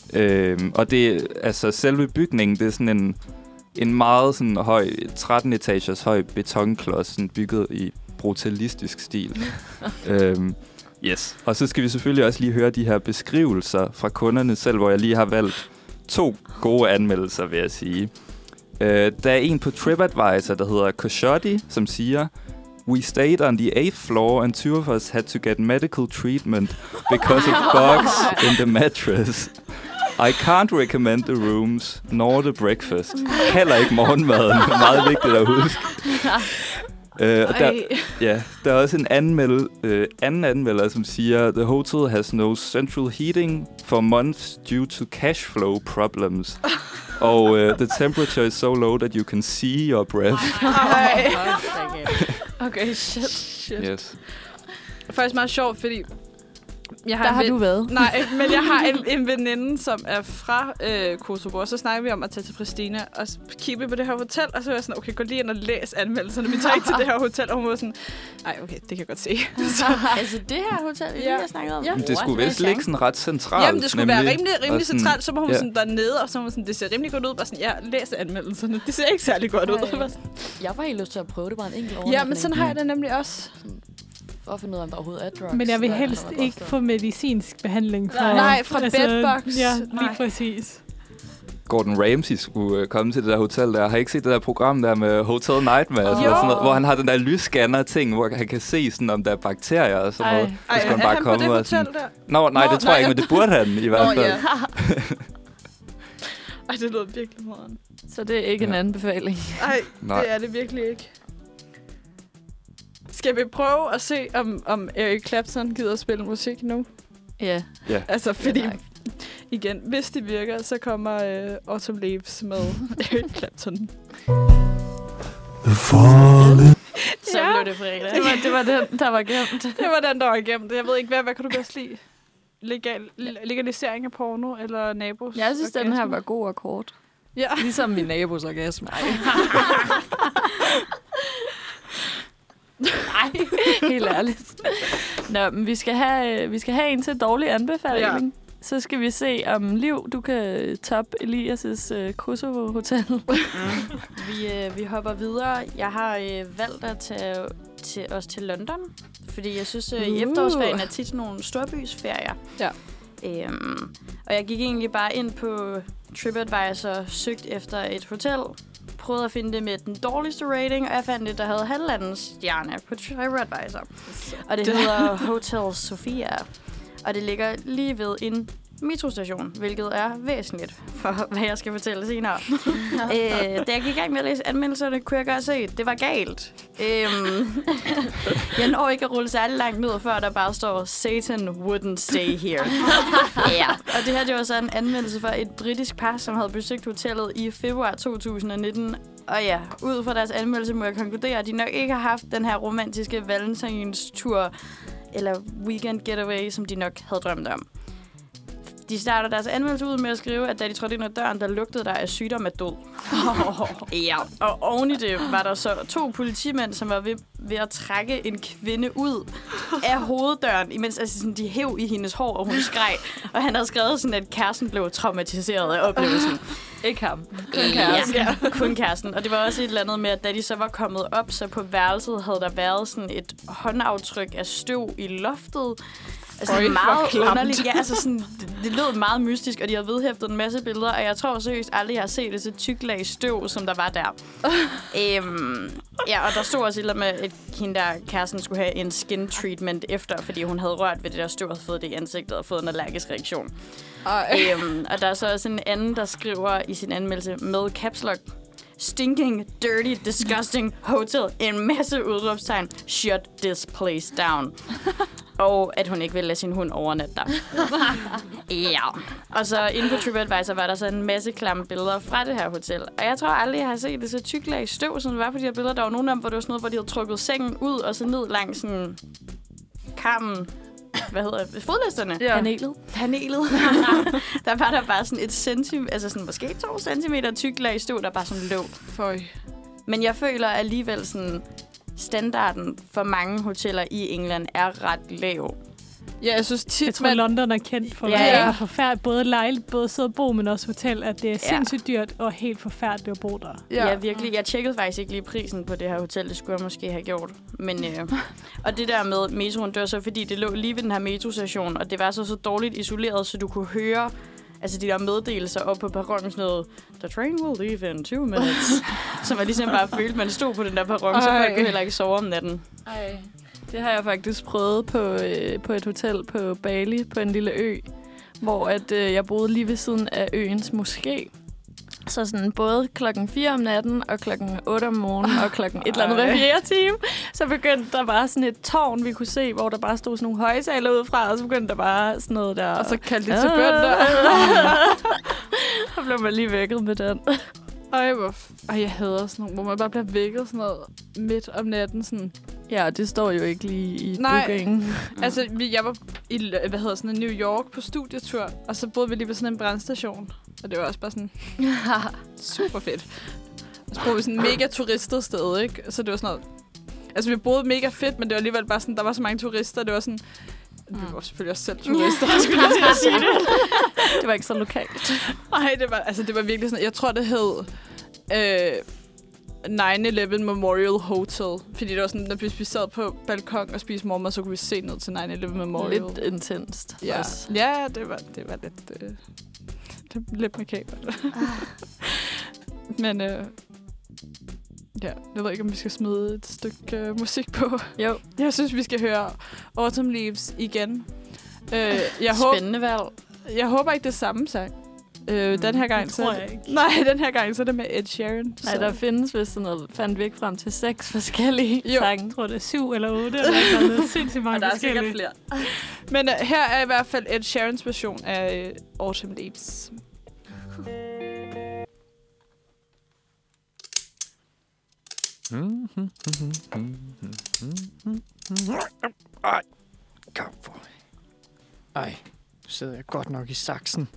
Øhm, og det, altså selve bygningen, det er sådan en, en meget sådan høj, tretten etagers høj betonklods, sådan bygget i brutalistisk stil. øhm, yes. Og så skal vi selvfølgelig også lige høre de her beskrivelser fra kunderne selv, hvor jeg lige har valgt to gode anmeldelser, vil jeg sige. Øh, der er en på TripAdvisor, der hedder Khashoggi, som siger: "We stayed on the eighth floor, and two of us had to get medical treatment because of bugs in the mattress. I can't recommend the rooms, nor the breakfast." Heller ikke morgenmaden. Meget vigtigt at huske. Uh, og der, ja, der er også en anmeld, uh, anden anmelder, som siger: "The hotel has no central heating for months due to cash flow problems." Og uh, "The temperature is so low that you can see your breath." Okay, shit. shit. Yes. Det er faktisk meget sjovt, fordi... Jeg har Der en har ven- du været. Nej, men jeg har en, en veninde, som er fra øh, Kosovo, og så snakker vi om at tage til Pristina, og så kigger vi på det her hotel, og så er jeg sådan, okay, gå lige ind og læs anmeldelserne. Vi tager ikke til det her hotel, og hun var sådan, nej, okay, det kan jeg godt se. Så, Altså det her hotel, vi Ja. lige har snakket om? Ja. Men det skulle vist ligge sådan ret centralt. jamen, det skulle nemlig. være rimelig, rimelig Og sådan- centralt, så var hun ja. sådan dernede, og så var hun sådan, det ser rimelig godt ud, bare sådan, ja, læs anmeldelserne. Det ser ikke særlig godt ud. Ej. Jeg var sådan, Jeg var helt lyst til at prøve det bare en enkelt overnatning. ja, men sådan har jeg det nemlig også. For at finde ud af, om der overhovedet er drugs. Men jeg vil Hvad- helst hvad der ikke koster. få medicinsk behandling fra... Nej, fra bedbugs. Ja, lige Nej. præcis. Gordon Ramsay skulle øh, komme til det der hotel der. Har I ikke set det der program der med Hotel Nightmares? Jo. Eller sådan noget, hvor han har den der lysscanner-ting, hvor han kan se, sådan, om der er bakterier og sådan Ej. noget. Så Ej, skal er man bare han på komme det og hotel sådan... der? Nå, nej, Nå, det tror jeg nej. ikke, men det burde han i hvert Nå, fald. ja. Ej, det lyder virkelig meget. Så det er ikke en Ja. anbefaling. Ej, Nej. det er det virkelig ikke. Skal vi prøve at se, om, om Eric Clapton gider at spille musik nu? Ja. Altså, fordi, tak. igen, hvis det virker, så kommer uh, Autumn Leaves med Eric Clapton. Så Ja. blev det fredag. Det var, det var den, der var gemt. Det var den, der var igennem. Jeg ved ikke, hvad, hvad kan du bedst lide? Legal, legalisering af porno eller nabos? Jeg synes, den her orgasme? var god og kort. Ja. Ligesom min nabos orgasme. Nej, helt ærligt. Nå, men vi skal have, vi skal have en til dårlig anbefaling. Ja. Så skal vi se, om Liv, du kan toppe Elias' uh, Kosovo-hotel. Vi, øh, vi hopper videre. Jeg har øh, valgt at tage til, os til London, fordi jeg synes, øh, i Uh. efterårsferien er tit nogle storbysferier. Ja. Øhm, og jeg gik egentlig bare ind på TripAdvisor, søgte efter et hotel, prøvede at finde det med den dårligste rating, og jeg fandt det, der havde halvanden stjerne på TripAdvisor. Og det hedder Hotel Sofia. Og det ligger lige ved en metrostation, hvilket er væsentligt for, hvad jeg skal fortælle senere. øh, da jeg gik i gang med at læse anmeldelserne, kunne jeg godt se, at det var galt. Øhm, jeg når ikke at rulle særlig langt ned, før der bare står, Satan wouldn't stay here. Ja, og det her det var så en anmeldelse for et britisk par, som havde besøgt hotellet i februar to tusind nitten. Og ja, ud fra deres anmeldelse må jeg konkludere, at de nok ikke har haft den her romantiske valentinstur eller weekend getaway, som de nok havde drømt om. De starter deres anmeldelse ud med at skrive, at da de trådte ind ad døren, der lugtede der af sygdom af død. Ja, og oven i det var der så to politimænd, som var ved, ved at trække en kvinde ud af hoveddøren, imens altså, sådan, de hæv i hendes hår, og hun skreg. Og han havde skrevet sådan, at kæresten blev traumatiseret af oplevelsen. Ikke ham. Kun kæresten. Ja, kun kæresten. Og det var også et eller andet med, at da de så var kommet op, så på værelset havde der været sådan et håndaftryk af støv i loftet. Altså Øj, meget hvor klamt. underligt. Ja, altså sådan, det, det lød meget mystisk, og de havde vedhæftet en masse billeder, og jeg tror seriøst aldrig, jeg har set det så tyk lag støv, som der var der. øhm, ja, og der stod også et eller andet med, at hende der kæresten skulle have en skin treatment efter, fordi hun havde rørt ved det der støv og fået det i ansigtet og fået en allergisk reaktion. øhm, og der er så også en anden, der skriver i sin anmeldelse med caps lock: stinking, dirty, disgusting hotel. En masse udråbstegn. Shut this place down. Og at hun ikke vil lade sin hund overnatte der. Ja. Og så inde på TripAdvisor var der så en masse klamme billeder fra det her hotel. Og jeg tror aldrig, jeg har set det så tyk lag støv, som det var på de her billeder. Der var nogle af dem, hvor det var sådan noget, hvor de havde trukket sengen ud og så ned langs sådan karmen. Hvad hedder det? Fodlisterne? Ja. Panelet. Panelet. Der var der bare sådan et centimeter, altså sådan måske to centimeter tyk lag støv, der bare sådan lå. Føj. Men jeg føler alligevel sådan, standarden for mange hoteller i England er ret lav. Ja, jeg synes tit, Jeg tror, man... London er kendt for, Ja, at ja. det er forfærdeligt. Både lejligt, både sidde og bo, men også hotel, at det er sindssygt dyrt og helt forfærdeligt at bo der. Ja. ja, virkelig. Jeg tjekkede faktisk ikke lige prisen på det her hotel. Det skulle jeg måske have gjort. Men, øh, og det der med metroen, det var så, fordi det lå lige ved den her metrostation, og det var så så dårligt isoleret, så du kunne høre altså de der meddelelser op på perronen, sådan noget, the train will leave in two minutes. Så man ligesom bare følte, man stod på den der perron, så folk kunne heller ikke sove om natten. Ej. Det har jeg faktisk prøvet på, øh, på et hotel på Bali, på en lille ø, hvor at, øh, jeg boede lige ved siden af øens moské. Så sådan både klokken fire om natten og klokken otte om morgenen og klokken et eller andet hver fjerde time, så begyndte der bare sådan et tårn, vi kunne se, hvor der bare stod sådan nogle højsaler udefra, og så begyndte der bare sådan noget der. Og så kaldte de til bønder. Så blev man lige vækket med den. Ej, hvor f- Ej, jeg hader sådan nogle, hvor man bare bliver vækket sådan noget midt om natten. Sådan. Ja, det står jo ikke lige i Nej. bookingen. Altså, vi- jeg var i hvad hedder sådan, New York på studietur, og så boede vi lige ved sådan en brandstation. Og det var også bare sådan super fedt. Og så boede vi sådan et mega turistet sted, ikke? Så det var sådan noget... Altså, vi boede mega fedt, men det var alligevel bare sådan... Der var så mange turister, det var sådan... Vi var selvfølgelig også selv turister, skulle jeg lige sige det. Det var ikke så lokalt. Nej, det var, altså, det var virkelig sådan... Jeg tror, det hed... Øh, nine eleven Memorial Hotel. Fordi det var sådan, når vi sad på balkon og spiste morgenmad, så kunne vi se ned til nine eleven Memorial. Lidt intenst. Ja, Også. ja det, var, det var lidt... Øh, det var lidt makabert. Men øh, ja, jeg ved ikke, om vi skal smide et stykke øh, musik på. Jo. Jeg synes, vi skal høre Autumn Leaves igen. Øh, jeg, håb, Spændende valg. jeg håber ikke det er samme sang. Øh, den her gang, det så tror er jeg det, ikke. nej, den her gang så er det med Ed Sheeran. Nej, så. der findes vist sådan noget, fandt vi ikke frem til seks forskellige Jo. sange. Jeg tror, det er syv eller otte, eller noget sindssygt mange forskellige. flere. Men øh, her er i hvert fald Ed Sheerans version af øh, Autumn Leaves. Ej, kom for. Ej, nu sidder jeg godt nok i saksen.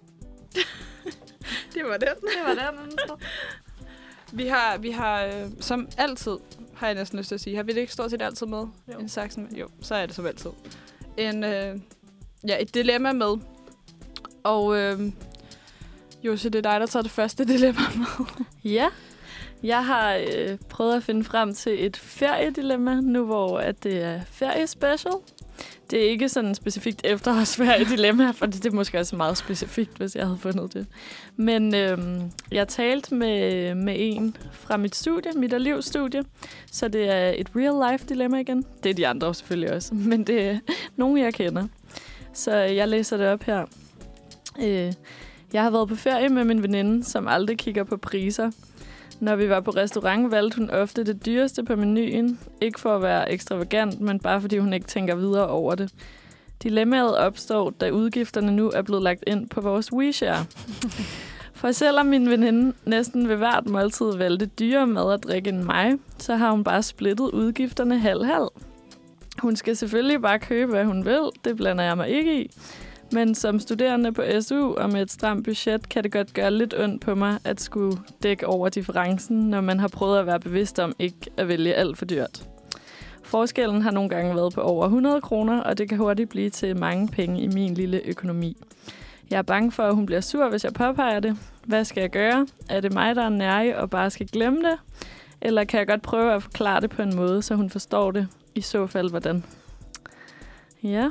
Det var den. Det var den, Vi har, vi har øh, som altid, har jeg næsten lyst til at sige, har vi det ikke stort set altid med? Jo. En saksen? Jo, så er det som altid. En, øh, ja, et dilemma med. Og øh, Josie, det er dig, der tager det første dilemma med. Ja, jeg har øh, prøvet at finde frem til et feriedilemma, nu hvor at det er feriespecial. Det er ikke sådan specifikt efterårsferiedilemma, for det er måske også meget specifikt, hvis jeg havde fundet det. Men øh, jeg talte med, med en fra mit studie, mit og livs studie, så det er et real-life dilemma igen. Det er de andre selvfølgelig også, men det er nogen, jeg kender. Så jeg læser det op her. Øh, jeg har været på ferie med min veninde, som aldrig kigger på priser. Når vi var på restaurant, valgte hun ofte det dyreste på menuen. Ikke for at være ekstravagant, men bare fordi hun ikke tænker videre over det. Dilemmaet opstår, da udgifterne nu er blevet lagt ind på vores WeShare. For selvom min veninde næsten ved hvert måltid valgte dyrere mad og drikke end mig, så har hun bare splittet udgifterne halv-halv. Hun skal selvfølgelig bare købe, hvad hun vil. Det blander jeg mig ikke i. Men som studerende på S U og med et stramt budget, kan det godt gøre lidt ondt på mig at skulle dække over differencen, når man har prøvet at være bevidst om ikke at vælge alt for dyrt. Forskellen har nogle gange været på over hundrede kroner, og det kan hurtigt blive til mange penge i min lille økonomi. Jeg er bange for, at hun bliver sur, hvis jeg påpeger det. Hvad skal jeg gøre? Er det mig, der er nærig og bare skal glemme det? Eller kan jeg godt prøve at forklare det på en måde, så hun forstår det? I så fald, hvordan? Ja.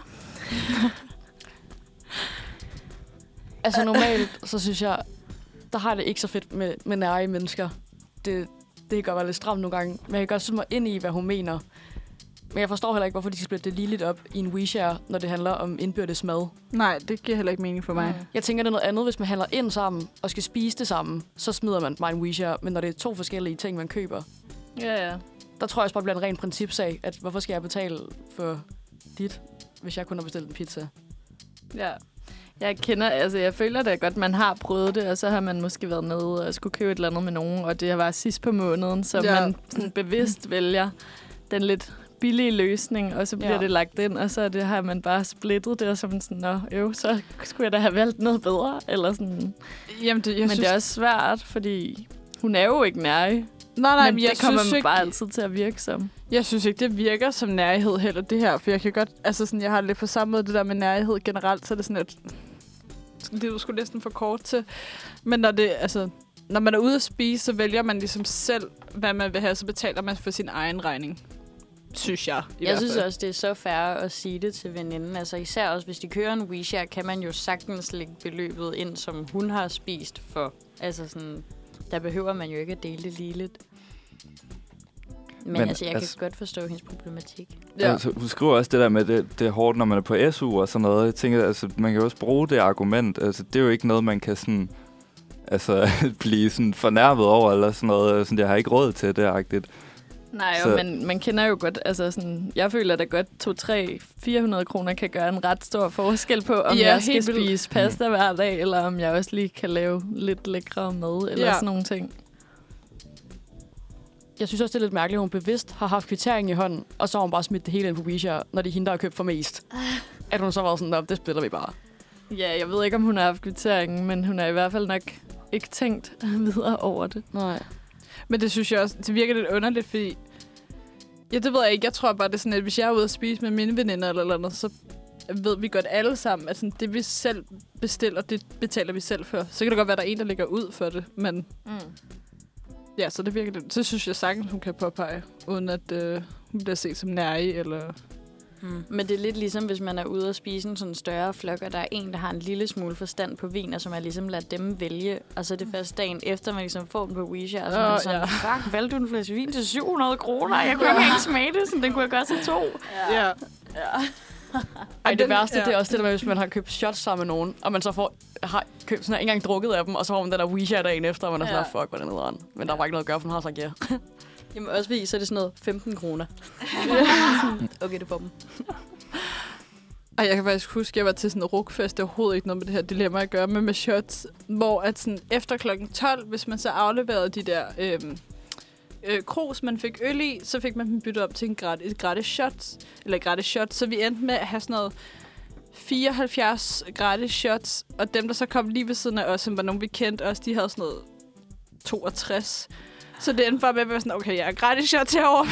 Altså normalt, så synes jeg, der har jeg det ikke så fedt med, med nære mennesker. Det, det kan godt være lidt stramt nogle gange, men jeg kan godt sætte mig ind i, hvad hun mener. Men jeg forstår heller ikke, hvorfor de skal splitte det lige lidt op i en WeShare, når det handler om indbyrdes mad. Nej, det giver heller ikke mening for mig. Jeg tænker, det er noget andet, hvis man handler ind sammen og skal spise det sammen, så smider man bare en WeShare. Men når det er to forskellige ting, man køber, Ja, ja. der tror jeg også bare, det bliver en ren principsag, at hvorfor skal jeg betale for dit, hvis jeg kun har bestilt en pizza? Ja. Jeg kender, altså jeg føler da godt, man har prøvet det, og så har man måske været nede og skulle købe et eller andet med nogen, og det var sidst på måneden, så Ja. man sådan bevidst vælger den lidt billige løsning, og så bliver Ja. det lagt ind, og så det, har man bare splittet det, og så er man sådan, nå, jo, så skulle jeg da have valgt noget bedre, eller sådan. Jamen, det, jeg Men synes, det er også svært, fordi hun er jo ikke nærig. Nej, nej, men men jeg det kommer synes man ikke, bare altid til at virke som. Jeg synes ikke, det virker som nærhed heller, det her. For jeg kan godt, altså sådan, jeg har lidt på samme måde det der med nærhed generelt, så er det sådan, at det er du sgu næsten for kort til. Men når det, altså, når man er ude at spise, så vælger man ligesom selv, hvad man vil have, så betaler man for sin egen regning. Synes jeg, i Jeg hvert synes fald. også, det er så fair at sige det til veninden. Altså især også, hvis de kører en WeShare, kan man jo sagtens lægge beløbet ind, som hun har spist for. Altså sådan, der behøver man jo ikke at dele det lige lidt. Men, Men altså, jeg altså, kan godt forstå hendes problematik. Ja. Altså, hun skriver også det der med, det, det er hårdt, når man er på S U og sådan noget. Jeg tænker, altså, man kan jo også bruge det argument. Altså, det er jo ikke noget, man kan sådan, altså, blive sådan fornærmet over, eller sådan noget. Sådan, jeg har ikke råd til det, agtigt. Nej, Så- jo, men man kender jo godt, altså sådan, jeg føler da godt, to, tre, fire hundrede kroner kan gøre en ret stor forskel på, om Ja, jeg skal helt vildt. spise pasta hver dag, eller om jeg også lige kan lave lidt lækre mad, eller Ja. sådan nogle ting. Jeg synes også, det er lidt mærkeligt, at hun bevidst har haft kvittering i hånden, og så har hun bare smidt det hele ind på WeShare, når det er hende, der har købt for mest. At hun så var sådan, "Nå, det splitter vi bare." Ja, jeg ved ikke, om hun har haft kvitteringen, men hun har i hvert fald nok ikke tænkt videre over det. Nej. Men det synes jeg også, det virker lidt underligt, fordi... Ja, det ved jeg ikke. Jeg tror bare, det er sådan, at hvis jeg er ude at spise med mine veninder eller noget, så ved vi godt alle sammen, at sådan, det vi selv bestiller, det betaler vi selv for. Så kan det godt være, at der er en, der ligger ud for det, men... Mm. Ja, så det virker lidt... Så synes jeg sagtens, hun kan påpege, uden at øh, hun bliver set som nærig, eller... Hmm. Men det er lidt ligesom, hvis man er ude og spise en sådan større flok, og der er en, der har en lille smule forstand på vin, og som er ligesom lader dem vælge. Og så er det først dagen efter, man ligesom får den på WeShare, og så er man Åh, sådan, ja. fuck, valgte du en flaske vin til syv hundrede kroner? Jeg kunne ikke engang smage det, så den kunne jeg gøre til to. Ja. Ej, det den- værste, ja. det er også det der med, hvis man har købt shots sammen med nogen, og man så får, har købt sådan, ikke engang drukket af dem, og så får man den der WeShare dagen efter, og man er sådan, Ja. fuck, hvor er det nederen. Men der var ikke noget at gøre, for hun har sagt ja. Jamen også fordi, så er det sådan noget femten kroner. Okay, det får dem. Og jeg kan faktisk huske, at jeg var til sådan en rukfest. Det er overhovedet ikke noget med det her dilemma at gøre med, med shots. Hvor at sådan efter klokken tolv, hvis man så afleverede de der øhm, øh, krus, man fik øl i, så fik man dem byttet op til en gratis, et gratis shot. Eller et gratis shot. Så vi endte med at have sådan noget fireoghalvfjerds gratis shots. Og dem, der så kom lige ved siden af os, som var nogen, vi kendte også, de havde sådan noget toogtres. Så det endte bare med at være sådan, okay, jeg er gratis shots herovre.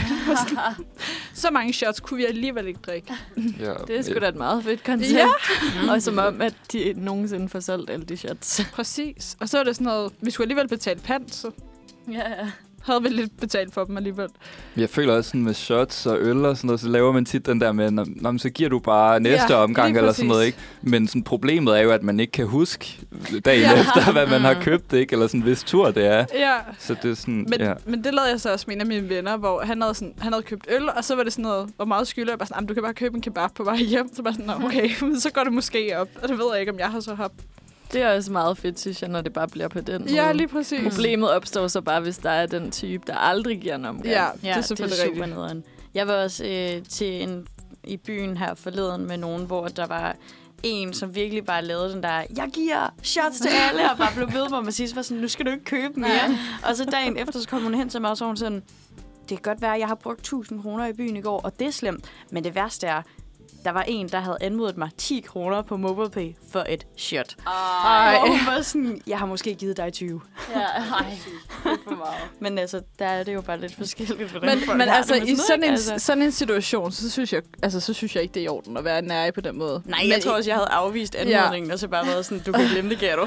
Så mange shots kunne vi alligevel ikke drikke. Ja, Det er sgu da et meget fedt koncept. Ja. Og som om, at de nogensinde får solgt alle de shots. Præcis. Og så er det sådan noget, vi skulle alligevel betale pant, så Ja, ja. havde vi lidt betalt for dem alligevel. Jeg føler også sådan med shots og øl og sådan noget, så laver man tit den der med, "Nå, nå, men så giver du bare næste Ja, omgang lige eller sådan noget, præcis. ikke? Men sådan, problemet er jo, at man ikke kan huske dagen Ja. efter, hvad man har købt, ikke? Eller sådan, hvis tur det er. Ja, Så det er sådan, men, ja. men det lavede jeg så også med en af mine venner, hvor han havde, sådan, han havde købt øl, og så var det sådan noget, hvor meget skylder jeg bare sådan, "Jamen, du kan bare købe en kebab på vej hjem." Så bare sådan, "Nå, okay, men så går det måske op." Og det ved jeg ikke, om jeg har så haft. Det er også meget fedt, synes jeg, når det bare bliver på den måde. Ja, lige præcis. Problemet opstår så bare, hvis der er den type, der aldrig giver en omgang. Ja, Ja, det er selvfølgelig det er rigtigt. super nederen. Jeg var også øh, til en i byen her forleden med nogen, hvor der var en, som virkelig bare lavede den der, "jeg giver shots til alle", og bare blev ved med at sige, så var sådan, "nu skal du ikke købe mere." Og så dagen efter, så kom hun hen til mig, og så var hun sådan, "det kan godt være, at jeg har brugt tusind kroner i byen i går, og det er slemt. Men det værste er, der var en, der havde anmodet mig ti kroner på MobilePay for et shot." Ej. Og hun var sådan, "jeg har måske givet dig tyve." Ja, nej. For meget. Men altså, der er det jo bare lidt forskelligt. hvordan Men, folk men har altså, det med i sådan noget, en, ikke? Altså. sådan en situation, så synes, jeg, altså, så synes jeg ikke, det er i orden at være nær på den måde. Nej, men jeg tror også, jeg havde afvist anmodningen, ja. Og så bare været sådan, "du kan glemme det, kan du."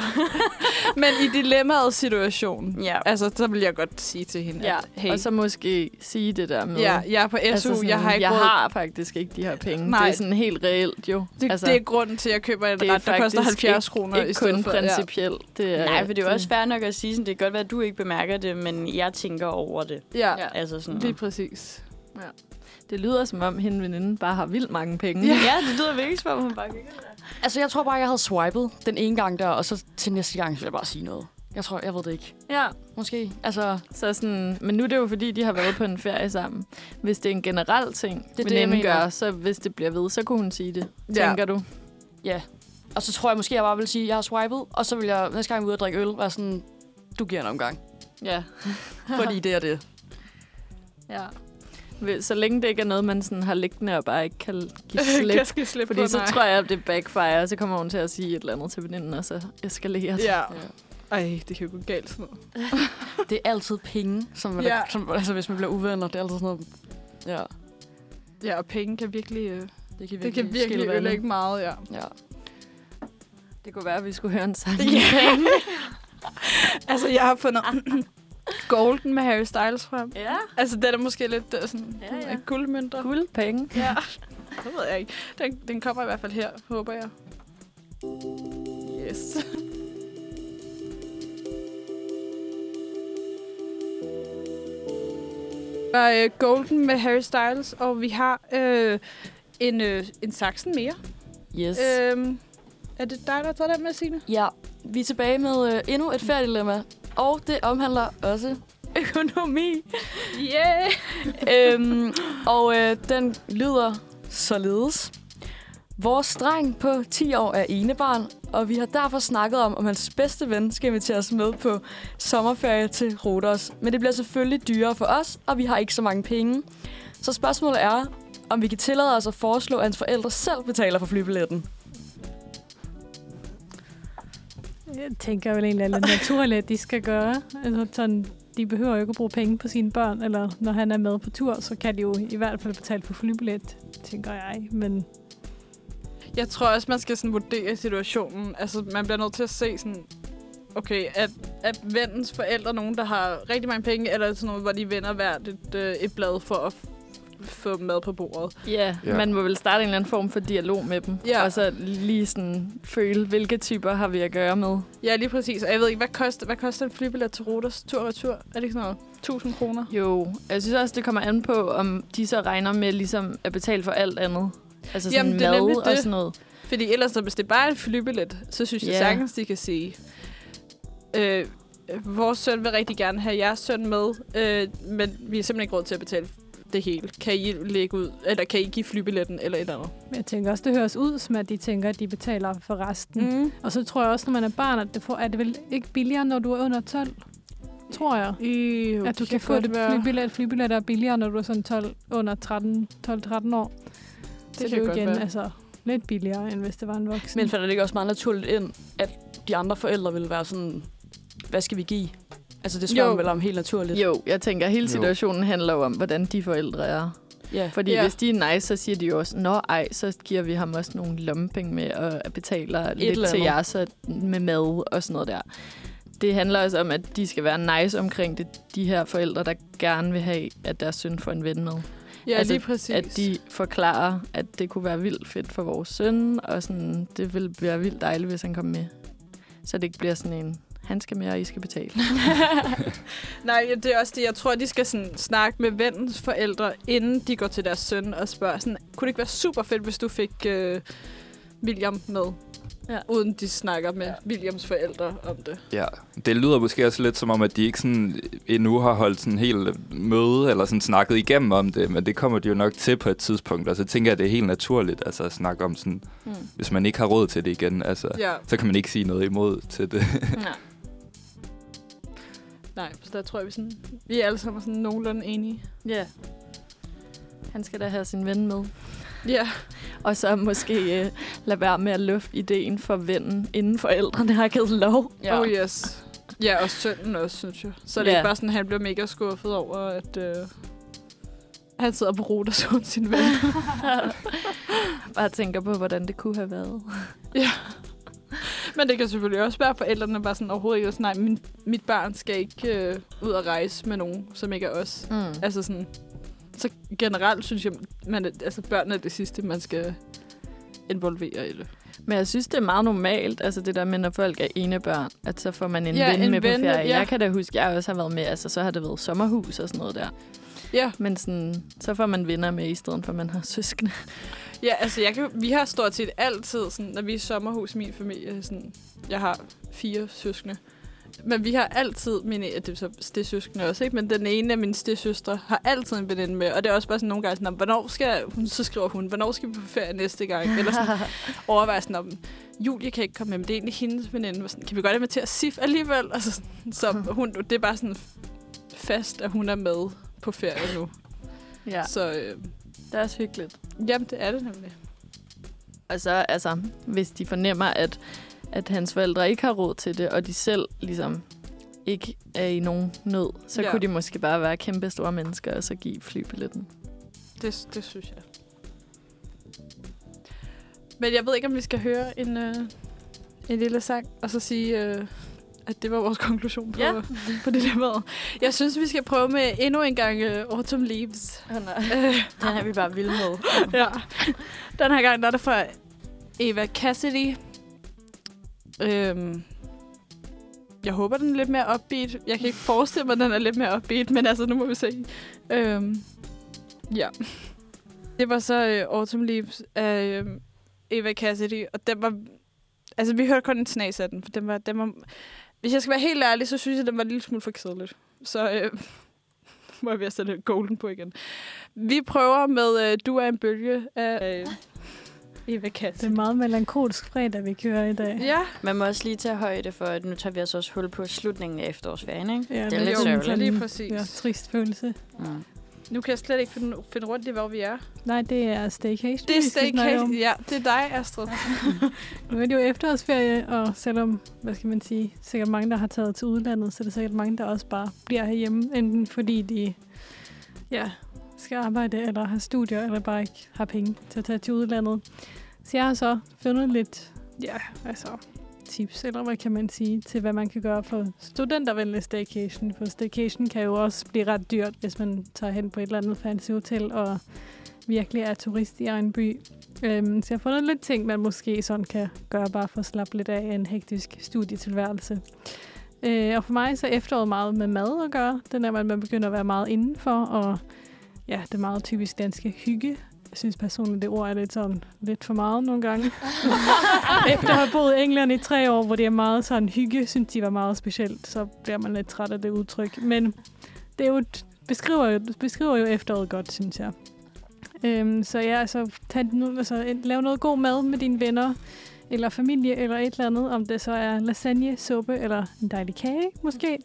Men i dilemmaet situation, Ja. altså, så vil jeg godt sige til hende, Ja, at hey, og så måske sige det der med... ja, jeg er på S U, altså sådan, jeg har ikke jeg råd. har faktisk ikke de her penge. Nej. Det er sådan helt reelt jo. Det, altså, det er grunden til, at jeg køber en det er ret, der koster faktisk halvfjerds ikke- kroner ikke i stedet kun for. principielt. Det er, Nej, for det er jo også fair nok at sige, sådan, det kan godt være, at du ikke bemærker det, men jeg tænker over det. Ja, ja. Ja. Altså sådan. Lige præcis. Det lyder som om, hende veninde bare har vildt mange penge. Ja, det lyder virkelig som om, hun bare kan. Altså, jeg tror bare, jeg havde swipet den ene gang der, og så til næste gang, så vil jeg bare sige noget. Jeg tror, jeg ved det ikke. Ja. Måske. Altså, Så sådan, men nu er det jo fordi, de har været på en ferie sammen. Hvis det er en generel ting, det, jeg veninden mener. gør, så hvis det bliver ved, så kunne hun sige det. Ja. Tænker du? ja. Og så tror jeg måske, jeg bare vil sige, at jeg har swipet, og så vil jeg næste gang ud og drikke øl, være sådan, "du giver en omgang." Ja. Fordi det er det. Ja. Så længe det ikke er noget, man sådan har liggende og bare ikke kan give slip. Jeg skal slippe Fordi på, så nej. tror jeg, at det backfire, og så kommer hun til at sige et eller andet til veninden, og så eskalerer det. Ja. Ej, det kan jo gå galt sådan noget. Det er altid penge, som, Ja. ja. som altså, hvis man bliver uvenner, det er altid sådan noget... Ja, Ja, og penge kan virkelig, øh, det kan det virkelig, kan virkelig skille vandet. ødelægge meget, ja. Ja. Det kunne være, at vi skulle høre en sang. Ja. Altså, jeg har fundet Golden med Harry Styles frem. Ja. Altså, den er måske lidt uh, sådan Ja, ja. guldmønter. Guld, penge. Ja, det ved jeg ikke. Den, den kommer i hvert fald her, håber jeg. Yes. Og, uh, Golden med Harry Styles, og vi har uh, en, uh, en saksen mere. Yes. Øhm, er det dig, der tager den med, Signe? Ja, vi er tilbage med øh, endnu et færdigdilemma, og det omhandler også økonomi. Yeah! øhm, og øh, den lyder således. Vores dreng på ti år er enebarn, og vi har derfor snakket om, om hans bedste ven skal inviteres med på sommerferie til Rhodos. Men det bliver selvfølgelig dyrere for os, og vi har ikke så mange penge. Så spørgsmålet er, om vi kan tillade os at foreslå, at hans forældre selv betaler for flybilletten. Jeg tænker vel egentlig, at det er naturligt, at de skal gøre. Altså, sådan, de behøver jo ikke at bruge penge på sine børn, eller når han er med på tur, så kan de jo i hvert fald betale for flybillet, tænker jeg. Men Jeg tror også, man skal sådan vurdere situationen. Altså, man bliver nødt til at se sådan... Okay, at, at vennens forældre nogen, der har rigtig mange penge, eller sådan noget, hvor de vender hvert et, øh, et blad for at f- få mad på bordet. Ja, Ja. man må vel starte en eller anden form for dialog med dem. Ja. Og så lige sådan føle, hvilke typer har vi at gøre med. Ja, lige præcis. Og jeg ved ikke, hvad koster, hvad koster en flybillet til Rhodos tur og retur? Er det ikke sådan noget? tusind kroner? Jo, jeg synes også, det kommer an på, om de så regner med ligesom at betale for alt andet. Altså sådan Jamen, det er nemlig mad og det. sådan noget. Fordi ellers, så hvis det bare er en flybillet, så synes jeg Ja. sagtens, de kan sige... Øh, vores søn vil rigtig gerne have jeres søn med, øh, men vi har simpelthen ikke råd til at betale det hele. Kan I lægge ud, eller kan I give flybilletten, eller et eller andet? jeg tænker også, det høres ud, som at de tænker, at de betaler for resten. Mm. Og så tror jeg også, når man er barn, at det får, er det vel ikke billigere, når du er under tolv? Tror jeg. Jo, At du kan få det flybillet. Flybillet er billigere, når du er sådan tolv, under tretten, tolv tretten år. Det så kan det er jo godt igen være. altså, lidt billigere, end hvis det var en voksen. Men falder det ikke også meget naturligt ind, at de andre forældre vil være sådan, hvad skal vi give? Altså det spørger Jo. man vel om helt naturligt. Jo, jeg tænker, hele Jo. situationen handler jo om, hvordan de forældre er. Ja. Fordi Ja. ja. hvis de er nice, så siger de jo også, nå ej, så giver vi ham også nogle lommepenge med, og betaler lidt eller til andet. jer så med mad og sådan noget der. Det handler også om, at de skal være nice omkring det, de her forældre, der gerne vil have, at deres søn får en ven med. Ja, Altså, lige præcis. At de forklarer, at det kunne være vildt fedt for vores søn, og sådan, det ville være vildt dejligt, hvis han kom med. Så det ikke bliver sådan en, han skal med, og I skal betale. Nej, det er også det. Jeg tror, de skal sådan snakke med vennens forældre, inden de går til deres søn og spørger sådan, kunne det ikke være super fedt, hvis du fik øh, William med? Ja. Uden de snakker med Williams forældre om det. Ja, det lyder måske også lidt som om, at de ikke sådan endnu har holdt sådan en hel møde, eller sådan snakket igennem om det, men det kommer de jo nok til på et tidspunkt, og så tænker jeg, at det er helt naturligt altså, at snakke om sådan, Mm. hvis man ikke har råd til det igen, altså, Ja. så kan man ikke sige noget imod til det. Ja. Nej, så der tror jeg, vi, sådan, vi er alle sammen sådan nogenlunde enige. Ja. Han skal da have sin ven med. Ja. Og så måske øh, lade være med at lufte ideen for vennen, inden forældrene har givet lov. Ja. Oh yes. Ja, og sønnen også, synes jeg. Så er det Ja. ikke bare sådan, at han bliver mega skuffet over, at øh, han sidder på Rhodos hos sin ven. Bare tænker på, hvordan det kunne have været. Ja. Men det kan selvfølgelig også være, at forældrene bare sådan overhovedet ikke er sådan, nej, min, mit barn skal ikke øh, ud og rejse med nogen, som ikke er os. Mm. Altså sådan, så generelt synes jeg, man, altså børn er det sidste, man skal involvere i det. Men jeg synes, det er meget normalt, altså det der med, når folk er ene børn, at så får man en Ja, ven en med ven, på ferie. ja. Jeg kan da huske, jeg også har været med, altså så har det været sommerhus og sådan noget der. Ja. Men sådan, så får man venner med, i stedet for, at man har søskende. Ja, altså jeg kan, vi har stort set altid, sådan, når vi er i sommerhus i min familie, sådan, jeg har fire søskende, men vi har altid, mine, det er så stedsøskende også, ikke? Men den ene af mine stedsøstre har altid en veninde med, og det er også bare sådan nogle gange sådan, hvornår skal hun, så skriver hun, hvornår skal vi på ferie næste gang? Eller sådan overvejer sådan om, Julie kan ikke komme med, men det er egentlig hendes veninde. Sådan, kan vi godt invitere Sif alligevel? Altså, sådan, så hun, det er bare sådan fast, at hun er med på ferie nu. Ja, Så øh, det er også hyggeligt. jamen, det er det nemlig. Og så, altså, hvis de fornemmer, at, at hans forældre ikke har råd til det, og de selv ligesom ikke er i nogen nød, så Ja. kunne de måske bare være kæmpe store mennesker, og så give flybilletten. Det, det synes jeg. Men jeg ved ikke, om vi skal høre en, øh, en lille sang, og så sige, øh, at det var vores konklusion på, Ja. på det der med. Jeg synes, vi skal prøve med endnu en gang øh, Autumn Leaves. Oh, nej. Den er vi bare vilde med. Ja. Den her gang der er det fra Eva Cassidy. Øhm, jeg håber, den er lidt mere upbeat. Jeg kan ikke forestille mig, at den er lidt mere upbeat, men altså, nu må vi se. Øhm, ja. Det var så øh, Autumn Leaves af øh, Eva Cassidy, og den var... Altså, vi hørte kun en snas af den, for den var, den var... Hvis jeg skal være helt ærlig, så synes jeg, den var en lille smule for kedeligt. Så øh, må jeg ved at sætte golden på igen. Vi prøver med øh, Du er en bølge af øh, Eva Cassidy. Det er meget melankolsk fredag, vi kører i dag. Ja. Man må også lige tage højde for, at nu tager vi altså også hul på slutningen af efterårsferien, ikke? Ja, det er det lidt er jo sørgeligt. lige præcis. Ja, trist følelse. Mm. Nu kan jeg slet ikke finde, finde rundt i, hvor vi er. Nej, det er staycation. Det er vi skal snakke om. staycation. Ja, det er dig, Astrid. Nu er det jo efterårsferie, og selvom, hvad skal man sige, sikkert mange, der har taget til udlandet, så er der sikkert mange, der også bare bliver herhjemme, enten fordi de ja, skal arbejde, eller har studier, eller bare ikke har penge til at tage til udlandet. Så jeg har så fundet lidt, ja, altså tips, eller hvad kan man sige, til hvad man kan gøre for studentervenlig staycation. For staycation kan jo også blive ret dyrt, hvis man tager hen på et eller andet fancy hotel, og virkelig er turist i egen by. Øhm, så jeg har fundet lidt ting, man måske sådan kan gøre, bare for at slappe lidt af en hektisk studietilværelse. Øh, og for mig så er efteråret meget med mad at gøre. Den er, at man begynder at være meget indenfor, og ja, det er meget typisk danske hygge. Jeg synes personligt, det ord er lidt sådan lidt for meget nogle gange. Efter at have boet i England i tre år, hvor det er meget sådan hygge, synes de var meget specielt, så bliver man lidt træt af det udtryk. Men det er jo et, beskriver, jo, beskriver jo efteråret godt, synes jeg. Øhm, så ja, altså, tag nu, altså lav noget god mad med dine venner, eller familie, eller et eller andet, om det så er lasagne, suppe, eller en dejlig kage, måske.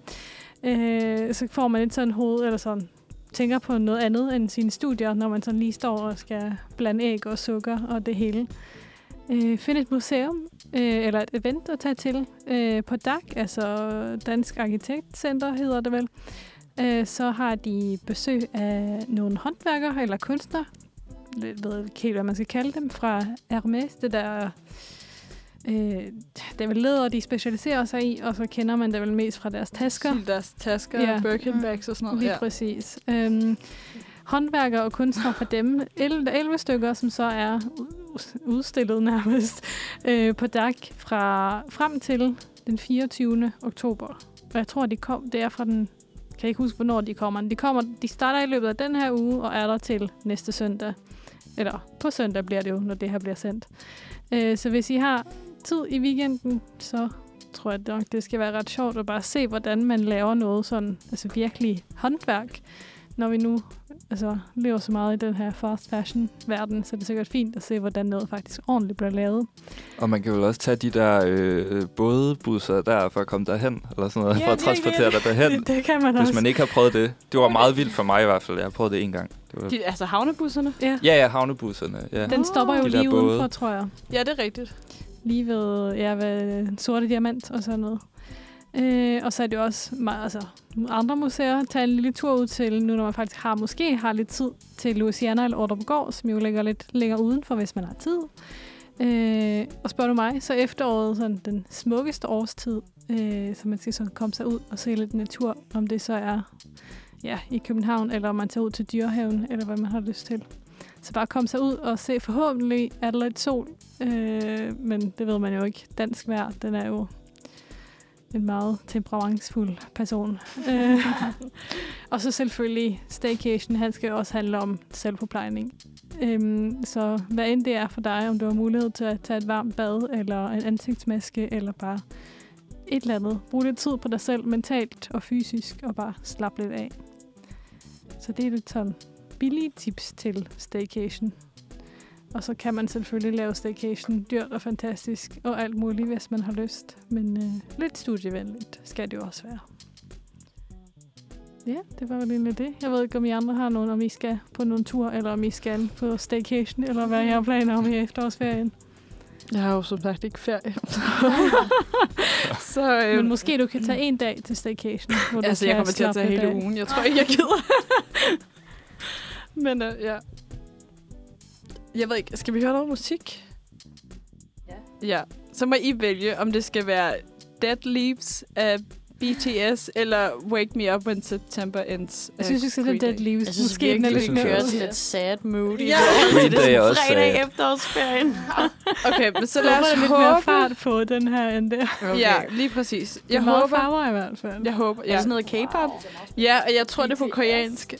Øh, så får man lidt sådan hoved, eller sådan, tænker på noget andet end sine studier, når man sådan lige står og skal blande æg og sukker og det hele. Øh, find et museum, øh, eller et event at tage til øh, på D A C, altså Dansk Arkitektcenter hedder det vel. Øh, så har de besøg af nogle håndværkere eller kunstnere, jeg ved ikke helt, hvad man skal kalde dem, fra Hermes, det der øh, det er vel læder, de specialiserer sig i, og så kender man det vel mest fra deres tasker. Deres tasker, Ja. ja. Birkin bags og sådan noget. Lige Ja. præcis. Øhm, håndværkere og kunstnere fra dem, elleve stykker, som så er u- udstillet nærmest øh, på D A C fra frem til den fireogtyvende oktober. Og jeg tror, de kom, det er fra den, kan jeg ikke huske, hvornår de kommer. De, kommer, de starter i løbet af den her uge, og er der til næste søndag. Eller på søndag bliver det jo, når det her bliver sendt. Øh, så hvis I har tid i weekenden, så tror jeg nok, det skal være ret sjovt at bare se, hvordan man laver noget sådan, altså virkelig håndværk. Når vi nu altså, lever så meget i den her fast fashion-verden, så er det sikkert fint at se, hvordan noget faktisk ordentligt bliver lavet. Og man kan vel også tage de der øh, bådbusser der, for at komme derhen, eller sådan noget, Ja, for at ja, transportere ja. dig derhen. Det, det kan man Hvis også. man ikke har prøvet det. Det var meget vildt for mig i hvert fald. Jeg har prøvet det en gang. Det var... De, altså havnebusserne? Ja. Ja, ja, havnebusserne. Ja. Den stopper jo De der lige både. udenfor, tror jeg. Ja, det er rigtigt. Lige ved, ja, ved Sorte Diamant og sådan noget. Øh, og så er det jo også meget, altså, andre museer. Tag en lille tur ud til, nu når man faktisk har, måske har lidt tid, til Louisiana eller Ordrupgaard, som jo ligger lidt længere udenfor, hvis man har tid. Øh, og spørger du mig, så efteråret sådan den smukkeste årstid, øh, så man skal sådan komme sig ud og se lidt natur, om det så er ja, i København, eller om man tager ud til Dyrehaven, eller hvad man har lyst til. Så bare komme sig ud og se, forhåbentlig er der lidt sol, øh, men det ved man jo ikke. Dansk vejr, den er jo en meget temperamentsfuld person. Øh, og så selvfølgelig staycation, han skal jo også handle om selvforplejning. Øhm, så hvad end det er for dig, om du har mulighed til at tage et varmt bad, eller en ansigtsmaske, eller bare et eller andet. Brug lidt tid på dig selv, mentalt og fysisk, og bare slappe lidt af. Så det er lidt sådan billige tips til staycation. Og så kan man selvfølgelig lave staycation dyrt og fantastisk, og alt muligt, hvis man har lyst. Men øh, lidt studievenligt skal det jo også være. Ja, det var vel egentlig det. Jeg ved ikke, om I andre har nogen, om I skal på nogle tur, eller om I skal på staycation, eller hvad jeg har planer om i efterårsferien. Jeg har jo som sagt ikke ferie. så, øhm, Men måske du kan tage en dag til staycation. Hvor altså, du jeg kan kommer til at tage slappe hele lidt af. ugen. Jeg tror ikke, jeg gider. Men øh, ja. Jeg ved ikke, skal vi høre noget musik? Ja. Ja. Så må I vælge, om det skal være Dead Leaves af B T S, eller Wake Me Up When September Ends. Jeg synes, vi skal have Dead Leaves. Jeg synes Måske virkelig, den er vi lidt kører noget. sådan lidt sad mood i Ja. Green Day er også fredag sad. efterårsferien. Okay, men så Så lad er os der lidt mere håbe. fart på den her end der. Okay. Ja, lige præcis. Det Jeg er meget håber, farver i hvert fald. jeg håber, Er det ja. sådan noget K-pop? Ja, og jeg tror, det er på koreansk.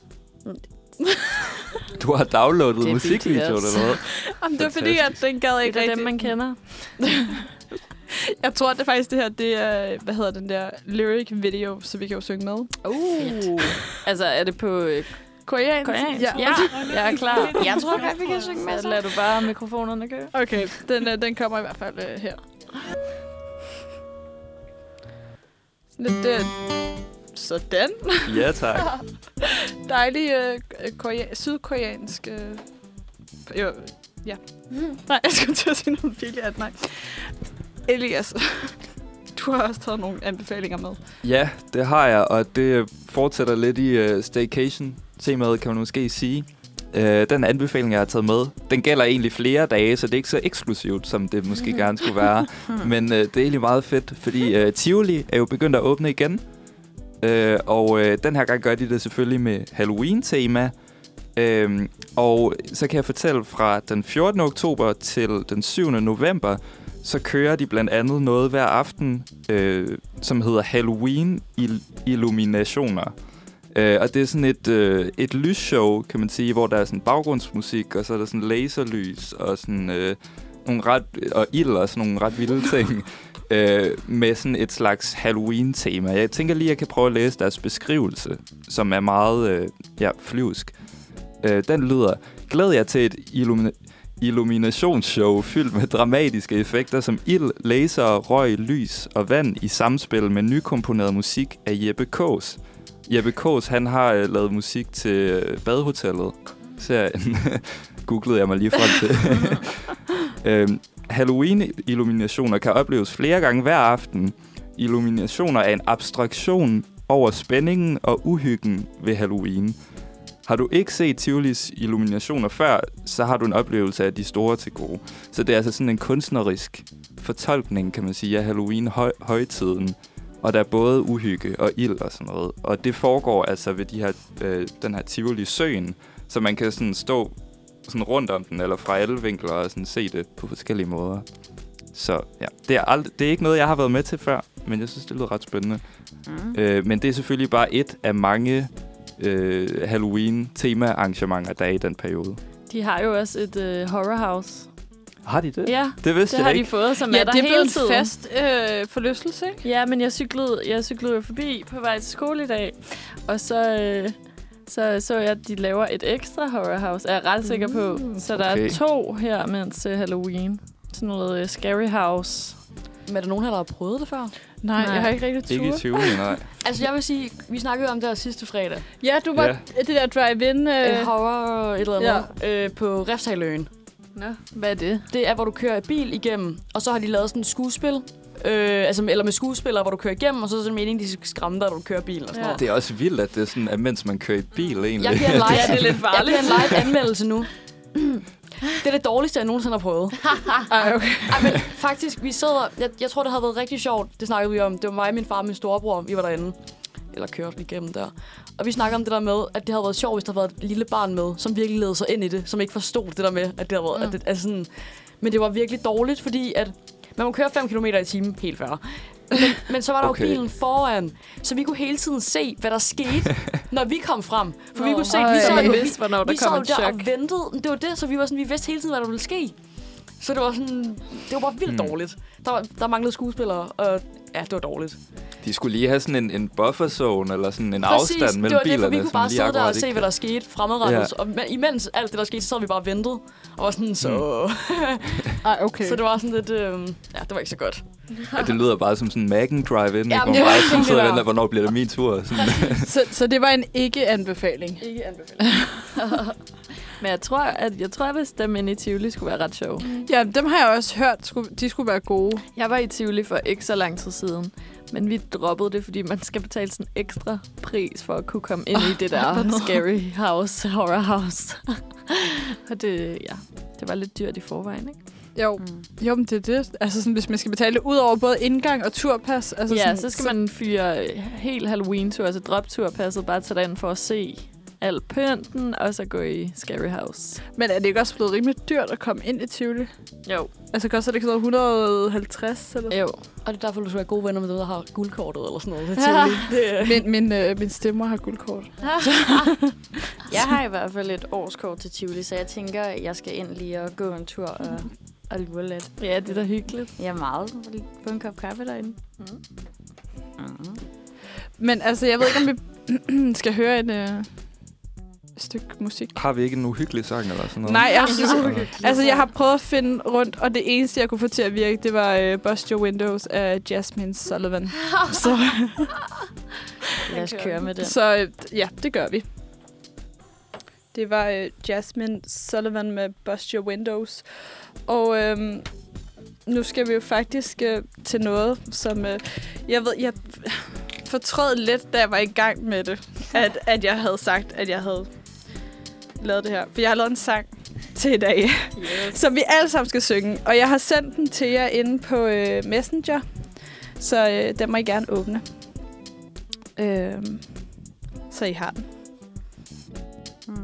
Du har downloadet Det er musikvideoen, B T S. eller hvad? Jamen, det var fordi, at den gad Det ikke er rigtig. dem, man kender. Jeg tror, det er faktisk det her, det er, hvad hedder den der, lyric video, så vi kan jo synge med. Uh. Altså, er det på øh, Koreansk? koreansk? Ja. Ja, jeg er klar. Jeg tror godt, vi kan synge med Så så. lader du bare mikrofonerne køre. Okay, den, øh, den kommer i hvert fald øh, her. Lidt øh, sådan. Ja, tak. Dejlig øh, korea- sydkoreansk. Øh, jo, ja. Nej, jeg skulle til at sige noget virkelig at nej. Elias, du har også taget nogle anbefalinger med. Ja, det har jeg, og det fortsætter lidt i uh, staycation-temaet, kan man måske sige. Uh, den anbefaling, jeg har taget med, den gælder egentlig flere dage, så det er ikke så eksklusivt, som det måske gerne skulle være. Men uh, det er egentlig meget fedt, fordi uh, Tivoli er jo begyndt at åbne igen. Uh, og uh, den her gang gør de det selvfølgelig med Halloween-tema. Uh, og så kan jeg fortælle, fra den fjortende oktober til den syvende november, så kører de blandt andet noget hver aften, øh, som hedder Halloween-illuminationer. Øh, og det er sådan et, øh, et lysshow, kan man sige, hvor der er sådan baggrundsmusik, og så er der sådan laserlys, og sådan øh, nogle ret, og ild og sådan nogle ret vilde ting, øh, med sådan et slags Halloween-tema. Jeg tænker lige, at jeg kan prøve at læse deres beskrivelse, som er meget øh, ja, flyvsk. Øh, den lyder: glæd jer til et illumina- illuminationsshow fyldt med dramatiske effekter som ild, laser, røg, lys og vand i samspil med nykomponeret musik af Jeppe Kås. Jeppe Kås, han har øh, lavet musik til øh, Badehotellet. Serien googlede jeg mig lige frem til. øhm, Halloween-illuminationer kan opleves flere gange hver aften. Illuminationer er en abstraktion over spændingen og uhyggen ved Halloween. Har du ikke set Tivolis illuminationer før, så har du en oplevelse af de store til gode. Så det er altså sådan en kunstnerisk fortolkning, kan man sige, af Halloween-højtiden. Og der er både uhygge og ild og sådan noget. Og det foregår altså ved de her, øh, den her Tivoli-søen, så man kan sådan stå sådan rundt om den, eller fra alle vinkler, og sådan se det på forskellige måder. Så ja, det er, ald- det er ikke noget, jeg har været med til før, men jeg synes, det lyder ret spændende. Mm. Øh, men det er selvfølgelig bare et af mange øh, Halloween-tema-arrangementer, der er i den periode. De har jo også et øh, horror house. Har de det? Ja, Det vidste det jeg har ikke. de fået, som Ja, er der det er hele blevet en tiden. fast øh, forlystelse, ikke? Ja, men jeg cyklede, jeg cyklede jo forbi på vej til skole i dag, og så øh, så, så jeg, at de laver et ekstra horror house, er jeg ret sikker på. Så der Okay. er to her, mens uh, Halloween. Sådan noget uh, scary house. Men er der nogen her, der har prøvet det før? Nej, Nej. jeg har ikke rigtig Ikke i tur. Tivoli, nej. Altså, jeg vil sige, vi snakkede jo om det her sidste fredag. Ja, du var Ja. det der drive-in. Øh, Øh, horror et eller andet. Ja. Øh, på Refshaløen. Nå, hvad er det? Det er, hvor du kører i bil igennem, og så har de lavet sådan et skuespil. Øh, altså, eller med skuespillere, hvor du kører igennem, og så er det meningen, de skal skræmme dig, når du kører bil og sådan Ja. noget. Det er også vildt, at det er sådan, at mens man kører i bil egentlig. Jeg giver en live, Ja, det er lidt farligt. Jeg giver en live anmeldelse nu. Det er det dårligste, jeg nogensinde har prøvet. Ej, okay. Ej, men faktisk, vi sidder... Jeg, jeg tror, det havde været rigtig sjovt. Det snakkede vi om. Det var mig, min far og min storebror. Vi var derinde. Eller kørte igennem der. Og vi snakkede om det der med, at det havde været sjovt, hvis der havde været et lille barn med, som virkelig ledte sig ind i det. Som ikke forstod det der med, at det havde været... Mm. At det, altså sådan, men det var virkelig dårligt, fordi at man må køre fem kilometer i timen helt færre. Men, men så var der Okay. jo bilen foran, så vi kunne hele tiden se, hvad der skete, når vi kom frem. For vi Nå. kunne se, Ej, vi sad man jo, vidste, hvornår der vi kom sad jo et der chok. og ventede. Det var det, så vi var sådan, vi vidste hele tiden, hvad der ville ske. Så det var sådan, det var bare vildt Hmm. dårligt. Der, var, der manglede skuespillere, og ja, det var dårligt. De skulle lige have sådan en, en bufferzone, eller sådan en Præcis, afstand det mellem var det, bilerne. for vi kunne som bare lige sidde der akkurat og se, ikke hvad der skete fremadrettet. Ja. Ja. Og men- imens alt det, der skete, så sad vi bare og ventede. Og var sådan, så... Ej, okay. så det var sådan lidt... Øh, ja, det var ikke så godt. Ja, det lyder bare som sådan en Macken drive-in, Ja, hvor man det var bare sådan det sidder og var. venter, hvornår bliver det min tur. Sådan. så, så det var en ikke-anbefaling. Ikke anbefaling. Men jeg tror, at jeg tror, at hvis dem inde i Tivoli skulle være ret sjove. Ja, dem har jeg også hørt, skulle, de skulle være gode. Jeg var i Tivoli for ikke så lang tid siden, men vi droppede det, fordi man skal betale sådan en ekstra pris for at kunne komme ind oh, i det der scary house, horror house. Og det, ja, det var lidt dyrt i forvejen, ikke? Jo, mm. jo men det er det. Altså, sådan, hvis man skal betale det ud over både indgang og turpas. Altså, ja, sådan, så skal så... man fyre helt Halloween-tur, altså drop turpasset, bare tage ind for at se al pynten, og så gå i Scary House. Men er det ikke også blevet rimelig dyrt at komme ind i Tivoli? Jo. Altså, koster det ikke sådan et hundrede og halvtreds eller sådan? Jo. Og det er derfor, du skal være gode venner med dem, der har guldkortet eller sådan noget. Det min, min, øh, min stemmer har guldkort. Jeg har i hvert fald et årskort til Tivoli, så jeg tænker, at jeg skal ind lige og gå en tur og, og lure lidt. Ja, det er da hyggeligt. Jeg er meget. Få en kop kaffe derinde. Mm. Mm-hmm. Men altså, jeg ved ikke, om vi skal høre en... Øh stykke musik. Har vi ikke en uhyggelig sang eller sådan noget? Nej, jeg synes, altså jeg har prøvet at finde rundt, og det eneste, jeg kunne få til at virke, det var uh, Bust Your Windows af Jasmine Sullivan. Så lad os køre med det. Så uh, ja, det gør vi. Det var uh, Jasmine Sullivan med Bust Your Windows. Og uh, nu skal vi jo faktisk uh, til noget, som uh, jeg ved, jeg fortrød lidt, da jeg var i gang med det, at, at jeg havde sagt, at jeg havde lavet det her. For jeg har lavet en sang til i dag, yes. som vi alle sammen skal synge. Og jeg har sendt den til jer inde på øh, Messenger, så øh, den må I gerne åbne. Øh, så I har den. Hmm.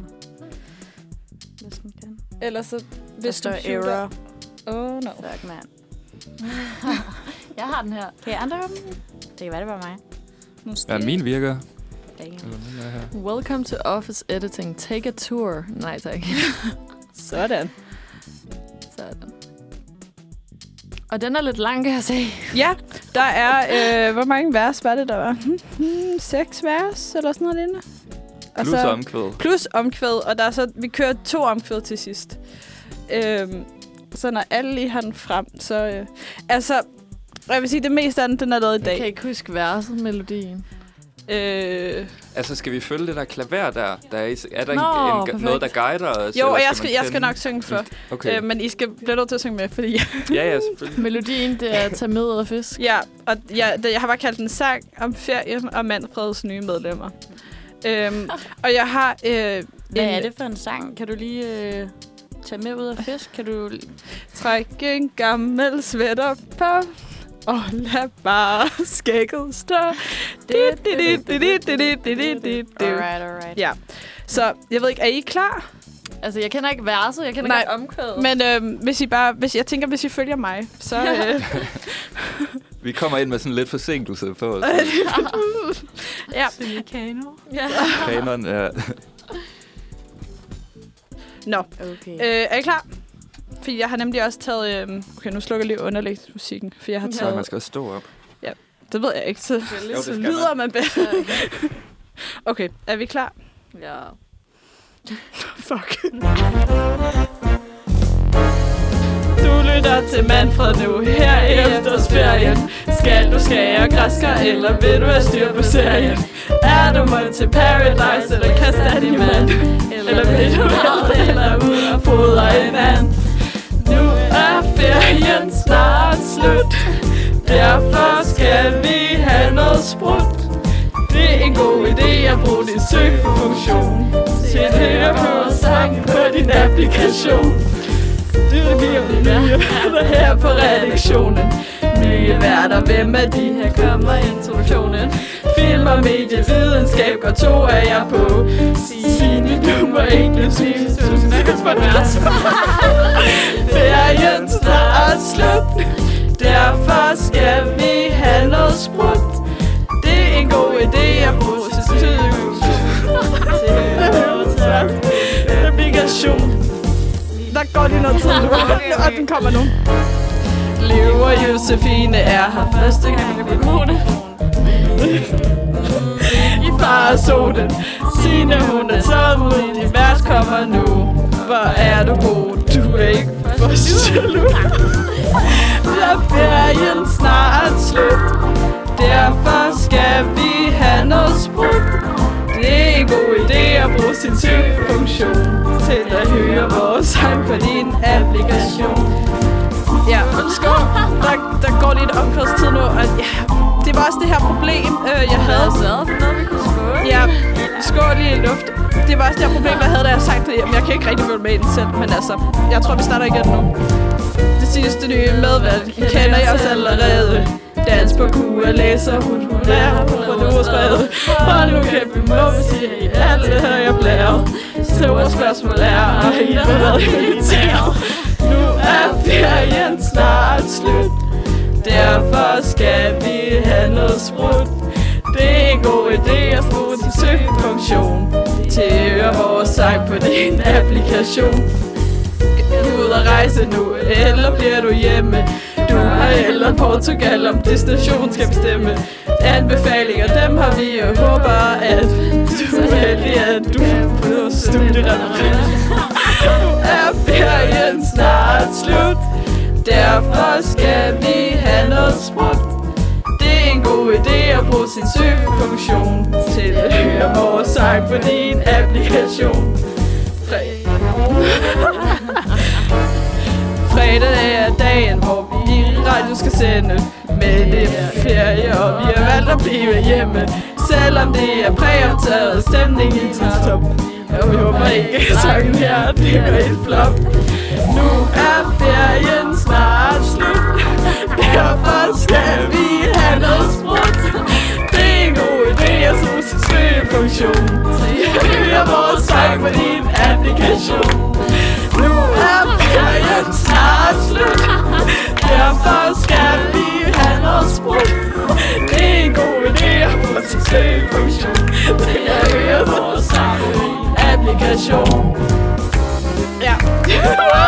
Ellers så... Der står error. Oh no. Fuck, man. Jeg har den her. Kan I andre åbne den? Det kan være, det var mig. Måske. Ja, min virker. Welcome to Office Editing. Take a tour. Nej, tak. Sådan. Sådan. Og den er lidt lang, kan jeg se. Ja, der er... Øh, hvor mange vers var det, der var? Hmm, hmm, seks vers, eller sådan noget lignende. Plus så, omkvæd. Plus omkvæd, og der er så, vi kører to omkvæd til sidst. Øhm, så når alle lige har den frem, så... Øh, altså, jeg vil sige, det meste af den, den er lavet i dag. Jeg kan ikke huske verset, melodien. Øh. Altså, skal vi følge det der klaver der? der er, er der Nå, en, en, noget, der guider os? Jo, og jeg skal, jeg skal nok synge for. Okay. Øh, men I skal blive nødt til at synge med, fordi... ja, ja, selvfølgelig. Melodien, det er Tag med ud af fisk. Ja, og jeg, det, jeg har bare kaldt en sang om ferien og Manfreds nye medlemmer. øhm, og jeg har... Øh, Hvad en, er det for en sang? Kan du lige... Øh Tag med ud af fisk? Kan du... Trække en gammel sweater på... Og lad bare skægget stå. Alright, alright. Ja. Så, jeg ved ikke, er I klar? Altså, jeg kender ikke verset, jeg kender Nej, ikke omkvædet. Men øh, hvis I bare... Hvis, jeg tænker, hvis I følger mig, så... Øh, vi kommer ind med sådan lidt forsinkelse på os. ja. Kano. Ja. Kanon, ja. Nå. Okay. Øh, er I klar? Fordi jeg har nemlig også taget... Øh, okay, nu slukker jeg lige underlægsmusikken. For jeg har taget... Ja, man skal også stå op. Ja, det ved jeg ikke. Så, jo, så lyder man bedre. Okay, er vi klar? Ja. Fuck. Du lytter til Manfred nu her i efterårsferien. Skal du skære græsker, eller vil du have styr på serien? Er du mål til Paradise, eller kaster din mand? Eller vil du være eller ud og fodre en and? Nu er ferien snart slut, derfor skal vi have noget sprut. Det er en god idé at bruge din søgefunktion til at høre på sang på din applikation. Det er lige nye værter her på redaktionen. Nye værter, hvem er de? Her kommer introduktionen. Film og medievidenskab går to af jer på. Signe, du må ikke sige, du snakkes på vers. Ferien snart slut, derfor skal vi have noget sprut. Det er en god idé at bruge til søgefunktion til at høre på applikation. Der går lige noget tid nu, og den kommer nu. Liv og Josefine er her første gang på kone. I far og solen. Signe, hun er tålmodig, de vers kommer nu. hvor er du god. Du er ikke for jaloux. Bliver ferien snart slut. Derfor skal vi have noget sprut. Det er en god idé at bruge sin søgefunktion til at høre vores sang på din applikation. Ja, skål. Der, der går lidt omkvædstid nu, og ja, det var også det her problem, øh, jeg havde. Jeg havde sørget for noget, vi kunne skåle. Ja, skål i luft. Det var også det her problem, jeg havde, da jeg sang det. Jamen, jeg kan ikke rigtig følge med i den selv, men altså, jeg tror, vi starter igen nu. Det sidste nye medvalg kender jeg også allerede. Dans på kua, læser hun, hun lærer på ordspredet. Og nu kan vi må sige, i alle her jeg blæret. Store spørgsmål er, og helt hvad inviteret. Nu er ferien snart slut. Derfor skal vi have noget sprut. Det er en god idé at bruge din søgefunktion til at høre vores sang på din applikation. Du er ud at rejse nu, eller bliver du hjemme? Du har eller Portugal, om destination skal bestemme. Anbefalinger, dem har vi, og håber, at du er heldig, at du får studiereferat. Nu er ferien snart slut. Derfor skal vi have noget sprut. Det er en god idé at bruge sin søgefunktion til at høre vores sang på din applikation. Fredag er dagen, hvor vi i radio skal sende. Men det er ferie, og vi har valgt at blive hjemme. Selvom det er præoptaget stemning i top. Og vi håber ikke, at sangen her det er et flop. Nu er ferien snart slut. Derfor skal vi have noget sprut. Det er en god idé at bruge sin søgefunktion til at høre vores sang på din applikation. Nu er ferien snart slut. Derfor skal vi have noget sprut. Det er en god idé at bruge sin søgefunktion til at høre vores sang på din applikation. Ja. Det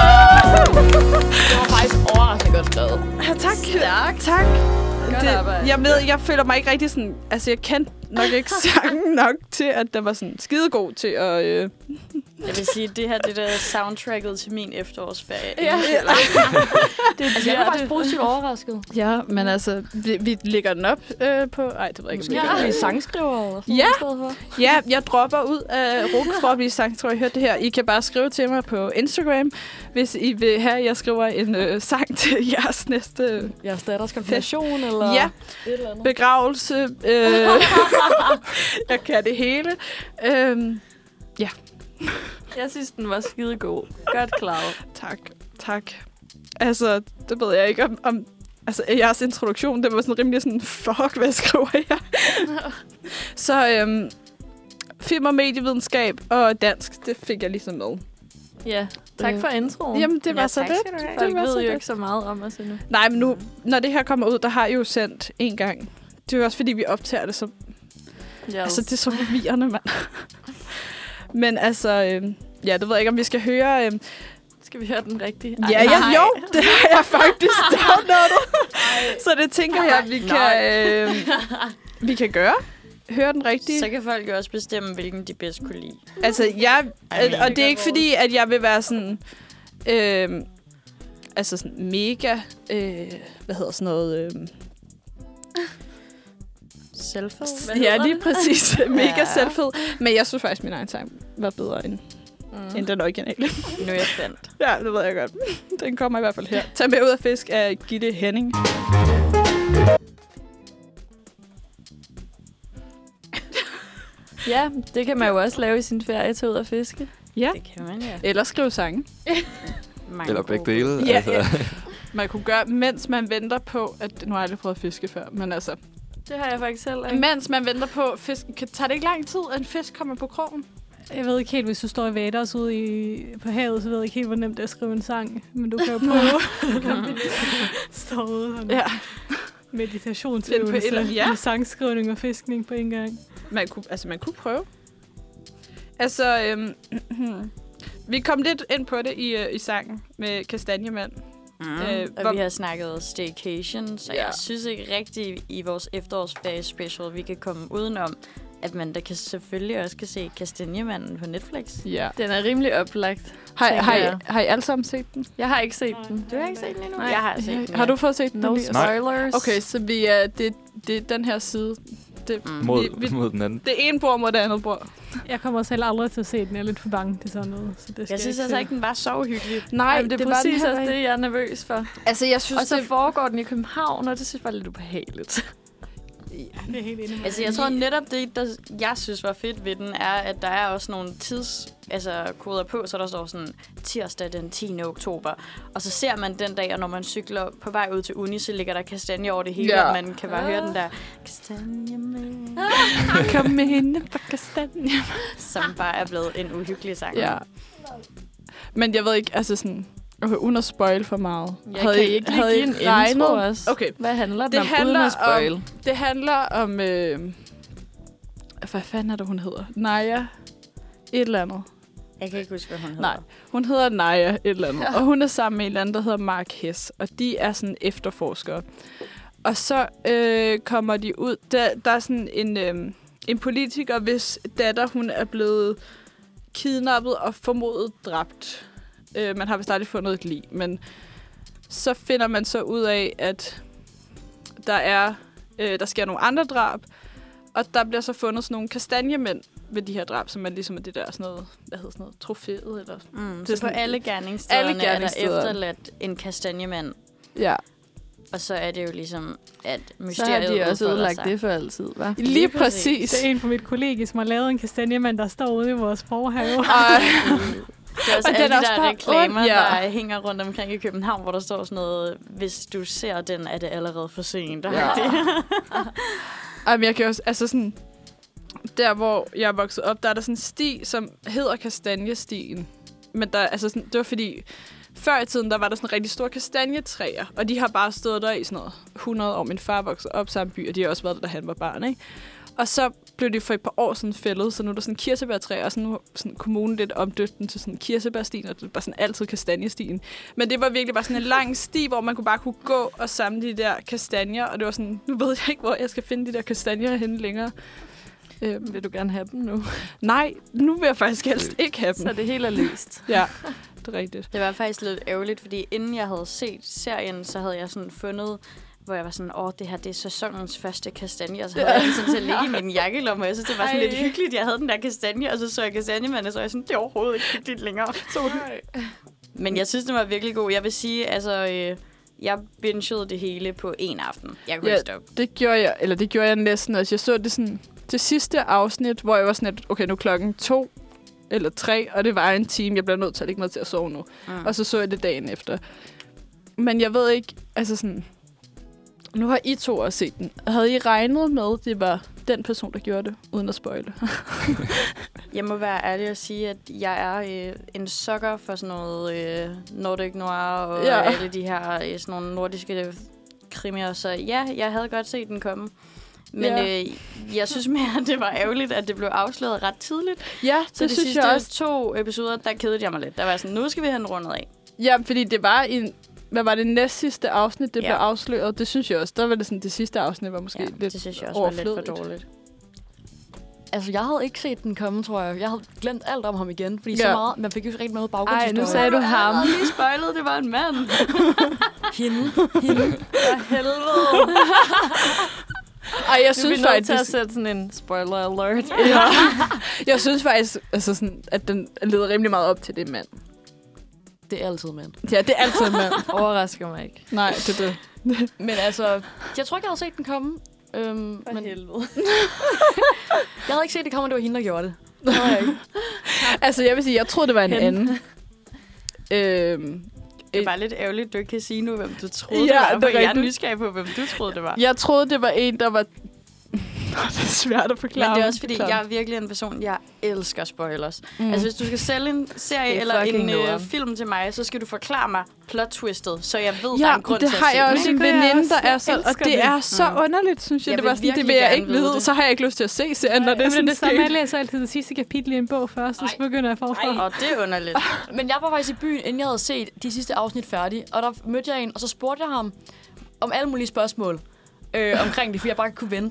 var faktisk overraskende godt skrevet. Ja, tak. Stærk. Tak. Godt Det, arbejde. jeg ved, jeg føler mig ikke rigtig sådan... Altså, jeg kendte nok ikke sangen nok til, at den var sådan skidegod til at... Øh... Jeg vil sige, at det her det er soundtracket til min efterårsferie. Ja. Det, altså, jeg var faktisk positivt overrasket. Ja, men altså, vi, vi lægger den op øh, på... Ej, det ved jeg ikke. Måske kan vi sangskriver eller sådan Ja. noget for. Ja, jeg dropper ud af R U K for at blive sang, tror jeg, I hørte det her. I kan bare skrive til mig på Instagram, hvis I vil have, at jeg skriver en øh, sang til jeres næste Jeres datters konfirmation eller ja. et eller andet. begravelse. Øh, jeg kan det hele. Øhm, ja. Jeg synes, den var skidegod. Godt klaret. Tak, tak. Altså, det ved jeg ikke om... om altså, jeres introduktion, det var sådan rimelig sådan, fuck, hvad skriver jeg? Så øhm, film- og medievidenskab og dansk, det fik jeg ligesom med. Ja, tak for introen. Jamen, det var Ja, så tak lidt. skal du have. Det Folk var så ved jo lidt. ikke så meget om os endnu. Nej, men nu, når det her kommer ud, der har I jo sendt en gang. Det er jo også, fordi vi optager det, så... Yes. Altså, det er så forvirrende, mand. Men altså, øhm, ja, det ved jeg ikke, om vi skal høre... Øhm, Skal vi høre den rigtige? ja, ja, jo, det har jeg faktisk downloadet. Så det tænker jeg, at vi kan, øh, vi kan gøre. Høre den rigtige. Så kan folk jo også bestemme, hvilken de bedst kunne lide. Altså, jeg... Og det er ikke fordi, at jeg vil være sådan... Øh, altså sådan mega... Øh, hvad hedder sådan noget... Øh, Selvfed? ja, lige præcis. Mega Ja. selvfed. Men jeg synes faktisk, min egen sang var bedre end, mm. end den originale. Nu er jeg spændt. Ja, det ved jeg godt. Den kommer i hvert fald her. Tag med ud af fisk af Gitte Henning. Ja, det kan man jo også lave i sin ferie til ud at fiske. Ja. Det kan man, ja. Eller skrive sange. Mange Eller begge gode dele. Ja, altså. ja. Man kunne gøre, mens man venter på, at nu har jeg aldrig prøvet at fiske før, men altså, Det har jeg faktisk selv ikke. mens man venter på fisken, kan, tager det ikke lang tid, at en fisk kommer på krogen? Jeg ved ikke helt, hvis du står i Vaders ude i, på havet, så ved jeg ikke helt, hvor nemt det er at skrive en sang. Men du kan jo prøve. Stå ude og Ja. meditationsøvelse Find på et eller andet, ja. med sangskrivning og fiskning på en gang. Man kunne, altså, man kunne prøve. Altså, øhm, vi kom lidt ind på det i, øh, i sangen med Kastanjemand. Mm. Øh, Og hvor- vi har snakket staycation, så Ja. jeg synes ikke rigtigt i vores efterårsferie special, vi kan komme udenom, at man da kan selvfølgelig også kan se Kastanjemanden på Netflix. Ja. Den er rimelig oplagt. Har, tænker har, I, jeg. har I alle sammen set den? Jeg har ikke set den. Du har ikke set den endnu? Nej. Jeg har set den. Har du fået set den? No Elias? spoilers. Okay, så vi er, det, det er den her side. Det, Mm. Mod, vi, vi, mod den anden. det ene bord mod det andet bord. Jeg kommer selv aldrig til at se den. Jeg er lidt for bange til sådan noget. Så det skal Jeg synes ikke altså se. ikke, den var så uhyggelig. Nej, Jamen, det er var præcis den også heller det, jeg er nervøs for. ikke. Altså, jeg synes, Og så det... foregår den i København, og det synes jeg var lidt ubehageligt. Det er helt enig med Altså, jeg tror netop det, der jeg synes var fedt ved den, er, at der er også nogle tids, altså, koder på, så der står sådan tirsdag den tiende oktober. Og så ser man den dag, og når man cykler på vej ud til uni, så ligger der kastanje over det hele, Ja. og man kan bare høre den der kastanjemand, Kom ind på kastanje. som bare er blevet en uhyggelig sang. Ja. Men jeg ved ikke, altså sådan... Okay, uden at spoil for meget. Jeg kan I ikke lige give en intro også? Okay, Hvad handler den det om, handler uden at spoil? om... Det handler om... Øh, hvad fanden er det, hun hedder? Naja. Et eller andet. Jeg kan ikke huske, hvad hun hedder. Nej, hun hedder Naja et eller andet. Ja. Og hun er sammen med en eller anden, der hedder Mark Hess. Og de er sådan efterforskere. Og så øh, kommer de ud... Der, der er sådan en, øh, en politiker, hvis datter hun er blevet kidnappet og formodet dræbt. Øh, man har vist aldrig fundet et lig. Men så finder man så ud af, at der er øh, der sker nogle andre drab. Og der bliver så fundet sådan nogle kastanjemænd ved de her drab, som er ligesom det der sådan noget, hvad hedder sådan noget, trofæet eller... Mm, Det er så på sådan- alle gerningsstederne, alle gerningssteder. er der efterladt en kastanjemand. Ja. Og så er det jo ligesom, at Så har mysteriet de også udfolder ødelagt sig. det for altid, hva'? Lige, Lige præcis. præcis. Det er en fra mit kollega, som har lavet en kastanjemand, der står ude i vores forhave. Ej. Det er også Og alle den de er også der bare reklamer, ond, ja. der hænger rundt omkring i København, hvor der står sådan noget, hvis du ser den, er det allerede for sent. Ja. Ja. Ej, men jeg kan også, altså sådan, der hvor jeg er vokset op, der er der sådan en sti, som hedder Kastanjestien. Men der, altså sådan, det var fordi, før i tiden, der var der sådan rigtig store kastanjetræer, og de har bare stået der i sådan noget hundrede år. Min far voksede op samme by, og de har også været der, da han var barn, ikke? Og så blev det for et par år sådan fældet, så nu er der sådan kirsebærtræer, og så nu har sådan kommunen lidt omdøbt den til sådan kirsebærstien, og det er bare sådan altid kastanjestien. Men det var virkelig bare sådan en lang sti, hvor man kunne bare kunne gå og samle de der kastanjer, og det var sådan, nu ved jeg ikke, hvor jeg skal finde de der kastanjer henne længere. Øhm, Vil du gerne have dem nu? nej, nu vil jeg faktisk helst ikke have dem. Så det hele er løst. Ja, det er rigtigt. Det var faktisk lidt ærgerligt, fordi inden jeg havde set serien, så havde jeg sådan fundet, hvor jeg var sådan, åh, det her, det er sæsonens første kastanje, og så havde jeg den sådan til at ligge i min jakkelomme, og jeg synes, det var sådan Ej. lidt hyggeligt, jeg havde den der kastanje, og så så jeg kastanjemanden, og så var jeg sådan, det er overhovedet ikke hyggeligt længere. Så Men jeg synes, det var virkelig god. Jeg vil sige, altså, øh, jeg bingede det hele på en aften. Jeg kunne Ja, ikke stoppe. det gjorde jeg, eller det gjorde jeg næsten også. Jeg så det sådan, det sidste afsnit, hvor jeg var sådan, at okay, nu er klokken to eller tre, og det var en time. Jeg bliver nødt til at lægge mig til at sove nu. Mm. Og så så jeg det dagen efter. Men jeg ved ikke, altså sådan... Nu har I to også set den. Havde I regnet med, at det var den person, der gjorde det, uden at spoile? Jeg må være ærlig og sige, at jeg er øh, en sukker for sådan noget øh, Nordic Noir og Ja. ja. alle de her øh, sådan nogle nordiske krimier. Så ja, jeg havde godt set den komme. Men Ja. øh, jeg synes mere, at det var ærgerligt, at det blev afsløret ret tidligt. Ja, Så det de synes sidste jeg også. to episoder, der kedede jeg mig lidt. Der var jeg sådan, nu skal vi have den rundet af. Ja, fordi det var en... Hvad var det næst sidste afsnit, det Ja. blev afsløret? Det synes jeg også. Der var det sådan, det sidste afsnit var måske Ja, lidt det synes jeg også var lidt for overflødigt. dårligt. Altså, jeg havde ikke set den komme, tror jeg. Jeg havde glemt alt om ham igen, fordi ja. Ja. så meget, man fik jo ikke rigtig noget baggrundshistorie. Ej, nu sagde du ham. Jeg havde lige spoilet, det var en mand. Hende, hende. For helvede. Ej, jeg Du synes er nødt til at faktisk... sætte sådan en spoiler alert. Ja. Jeg synes faktisk, altså sådan, at den leder rimelig meget op til det mand. Det er altid mand. Ja, det er altid en mand. Overrasker mig ikke. Nej, det er det. Men altså, jeg tror ikke, jeg havde set den komme. Øhm, For men helvede. jeg havde ikke set det komme, og det var hende, der gjorde det. Det havde jeg ikke. Altså, jeg vil sige, jeg troede, det var en Hen. anden. Øhm, Det er bare lidt ærgerligt, at du ikke kan sige nu, hvem du troede, Ja, det var. det For er jeg er rigtigt. nysgerrig på, hvem du troede, det var. jeg troede, det var en, der var... Nå, det er svært at forklare. Men det er også fordi, Forklare. jeg er virkelig en person, jeg elsker spoilers. Mm. Mm. Altså, hvis du skal sælge en serie Det er eller fucking en øh, nederen. film til mig, så skal du forklare mig plot-twistet, så jeg ved, Ja, der er en grund det til har at se jeg den, også ikke? en Det gør jeg veninde, der også. er Jeg så... Og elsker det det. er så Mm. underligt, synes jeg. Jeg det vil var sådan, det virkelig vil jeg gerne ikke vide vide. det. Så har jeg ikke lyst til at se serien, når det er Men sådan, det det samme, jeg sker. læser altid det sidste kapitel i en bog først, og så begynder jeg forfra. Og det er underligt. Men jeg var faktisk i byen, inden jeg havde set de sidste afsnit færdige. Og der mødte jeg en, og så spurgte jeg ham om alle mulige spørgsmål øh, omkring det, fordi jeg bare ikke kunne vente.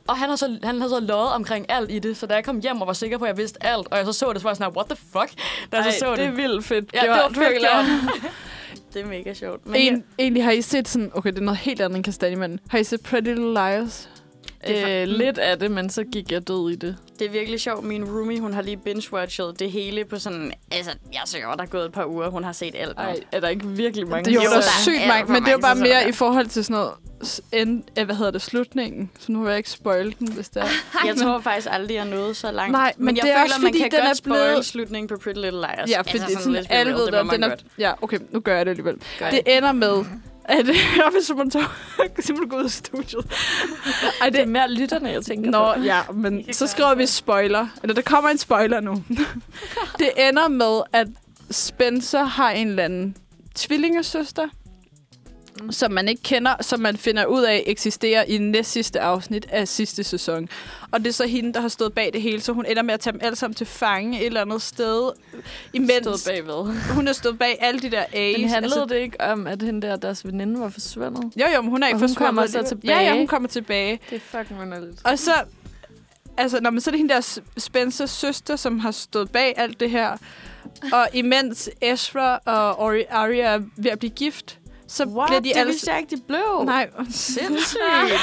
Og han har så, han har så løjet omkring alt i det, så da jeg kom hjem og var sikker på, at jeg vidste alt, og jeg så så det, så var jeg sådan, what the fuck? Da jeg Ej, så så det det. er vildt fedt. Ja, det var fedt gjort. Det er mega sjovt. Men En, egentlig har I set sådan... Okay, det er noget helt andet end Kastanjemanden. Har I set Pretty Little Liars? Det er øh, lidt af det, men så gik jeg død i det. Det er virkelig sjovt. Min roomie, hun har lige binge-watchet det hele på sådan... Altså, jeg så jo, der er gået et par uger. Hun har set alt. Ej, er der ikke virkelig mange? Det er jo, Jo, der er der er sygt alt mange, for men det er jo mange bare sæsoner, mere ja. i forhold til sådan noget... s- End, eh, hvad hedder det? Slutningen. Så nu vil jeg ikke spoil den, hvis det er. Jeg tror faktisk aldrig, jeg nåede så langt. Nej, men jeg det er føler, også, man fordi kan den godt er spoil blevet- slutningen på Pretty Little Liars. Ja, fordi altså, sådan, let's be alle real, ved, det må at man den er... godt. Ja, okay, nu gør jeg det alligevel. Gør Det ender med... At, hvis Simon tager... Simon går ud af studiet. Ej, Det er mere lytterne, jeg tænker Nå, på. ja, men så skriver vi spoiler. Eller der kommer en spoiler nu. Det ender med, at Spencer har en eller anden tvillingesøster, mm. som man ikke kender, som man finder ud af eksisterer i næst sidste afsnit af sidste sæson. Og det er så hende, der har stået bag det hele, så hun ender med at tage dem alle sammen til fange et eller andet sted. Imens Stod bagved. hun er stået bag alle de der A's. Men handlede det ikke om, at hende der, deres veninde var forsvundet? Jo, jo, men hun er ikke Og hun forsvundet. kommer så tilbage? Ja, ja, hun kommer tilbage. Det er fucking underligt. Og så, altså, når man så er det hende der Spencers søster, som har stået bag alt det her. Og imens Ezra og Ari- Arya er ved at blive gift, så What? bliver de Det alle... vidste jeg ikke, de blev. Nej, Sindssygt.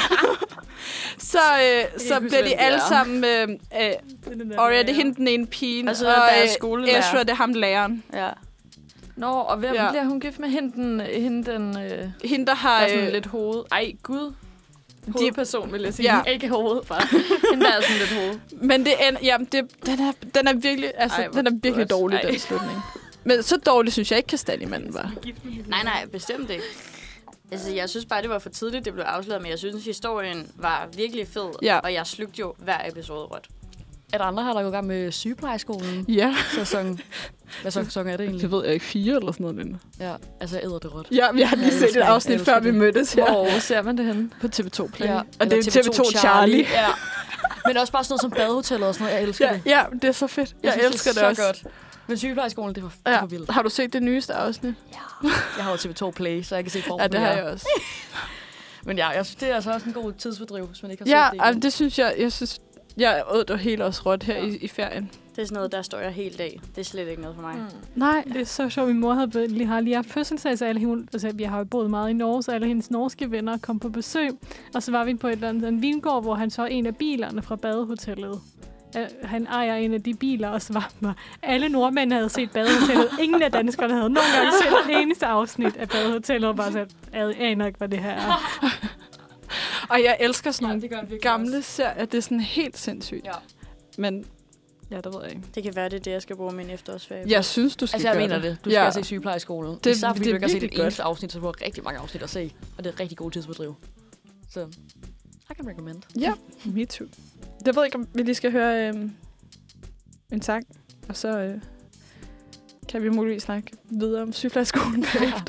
så, øh, så huske, bliver hvem de de alle er. sammen... Øh, øh, Arya, det er hende den ene pigen, Altså, og der er øh, skolelærer. Ezra, det er ham læreren. Ja. Nå, og hvem Ja. ja. bliver hun gift med? Hende den, hende den øh, Hende, der har... der er sådan Øh, lidt hoved. Ej, gud. Hovedperson, vil jeg sige. Ja. Ja. Ikke hoved, bare. Hende der er sådan lidt hoved. men det er, jamen, det, den, er, den er virkelig, altså, Ej, hvor den er virkelig godt. dårlig, Ej. den slutning. Men så dårlig synes jeg ikke, Kastanjemanden var. Nej, nej, bestemt ikke. Altså, jeg synes bare, det var for tidligt, det blev afsløret, men jeg synes, historien var virkelig fed, Ja. og jeg slugte jo hver episode råt. Er der andre her, der går i gang med sygeplejeskolen? Ja, Sæson. Hvad sæson er det egentlig? det ved jeg ikke, fire eller sådan noget. Lind. Ja, altså jeg æder det råt. Ja, vi har lige Jeg set elsker et det. afsnit, Jeg elsker før vi det. mødtes her. Hvor ser man det henne? På T V to Play. Ja. Og Eller det er T V to Charlie. Ja. Men også bare sådan noget som badehotellet og sådan noget. Jeg elsker Ja, det. ja, det er så fedt. Jeg, synes, elsker det, er også. så godt. Men sygeplejeskolen, det var, det Ja. var vildt. Har du set det nyeste afsnit? Jeg har jo T V to Play, så jeg kan se form Ja, det har jeg også. Men ja, jeg synes, det er altså også en god tidsfordriv, hvis man ikke har Ja, set det. altså, endnu. det synes jeg, jeg synes, jeg åd det helt også råt her ja. i, i ferien. Det er sådan noget, der står jeg helt af. Det er slet ikke noget for mig. Mm. Nej. Det er så sjovt. Min mor havde, be- lige, har lige haft fødselsdag, så alle hende, altså, vi har jo boet meget i Norge, så alle hendes norske venner kom på besøg. Og så var vi på et eller andet en vingård, hvor han så en af bilerne fra badehotellet. Uh, han ejer en af de biler, og så var der, alle nordmænd havde set badehotellet. Ingen af danskerne havde nogen gange set det eneste afsnit af badehotellet, og bare sagt, jeg aner ikke, hvad det her er. Og jeg elsker sådan nogle det gør jeg virkelig gamle også. serier. Det er sådan helt sindssygt. Ja. Men, ja, det ved jeg ikke. Det kan være, det er det, jeg skal bruge min efterårsferie. Jeg synes, du skal Altså, jeg gøre mener det. Du Ja. skal se sygeplejeskolen. Det- Det, Især fordi det er du ikke har set virkelig et eneste afsnit, så du har rigtig mange afsnit at se. Og det er rigtig god tidsfordriv. Så, I can recommend. Ja, me too. Jeg ved ikke, om vi lige skal høre øh, en sang, og så øh, kan vi muligvis snakke videre om sygeplejeskolen bagefter.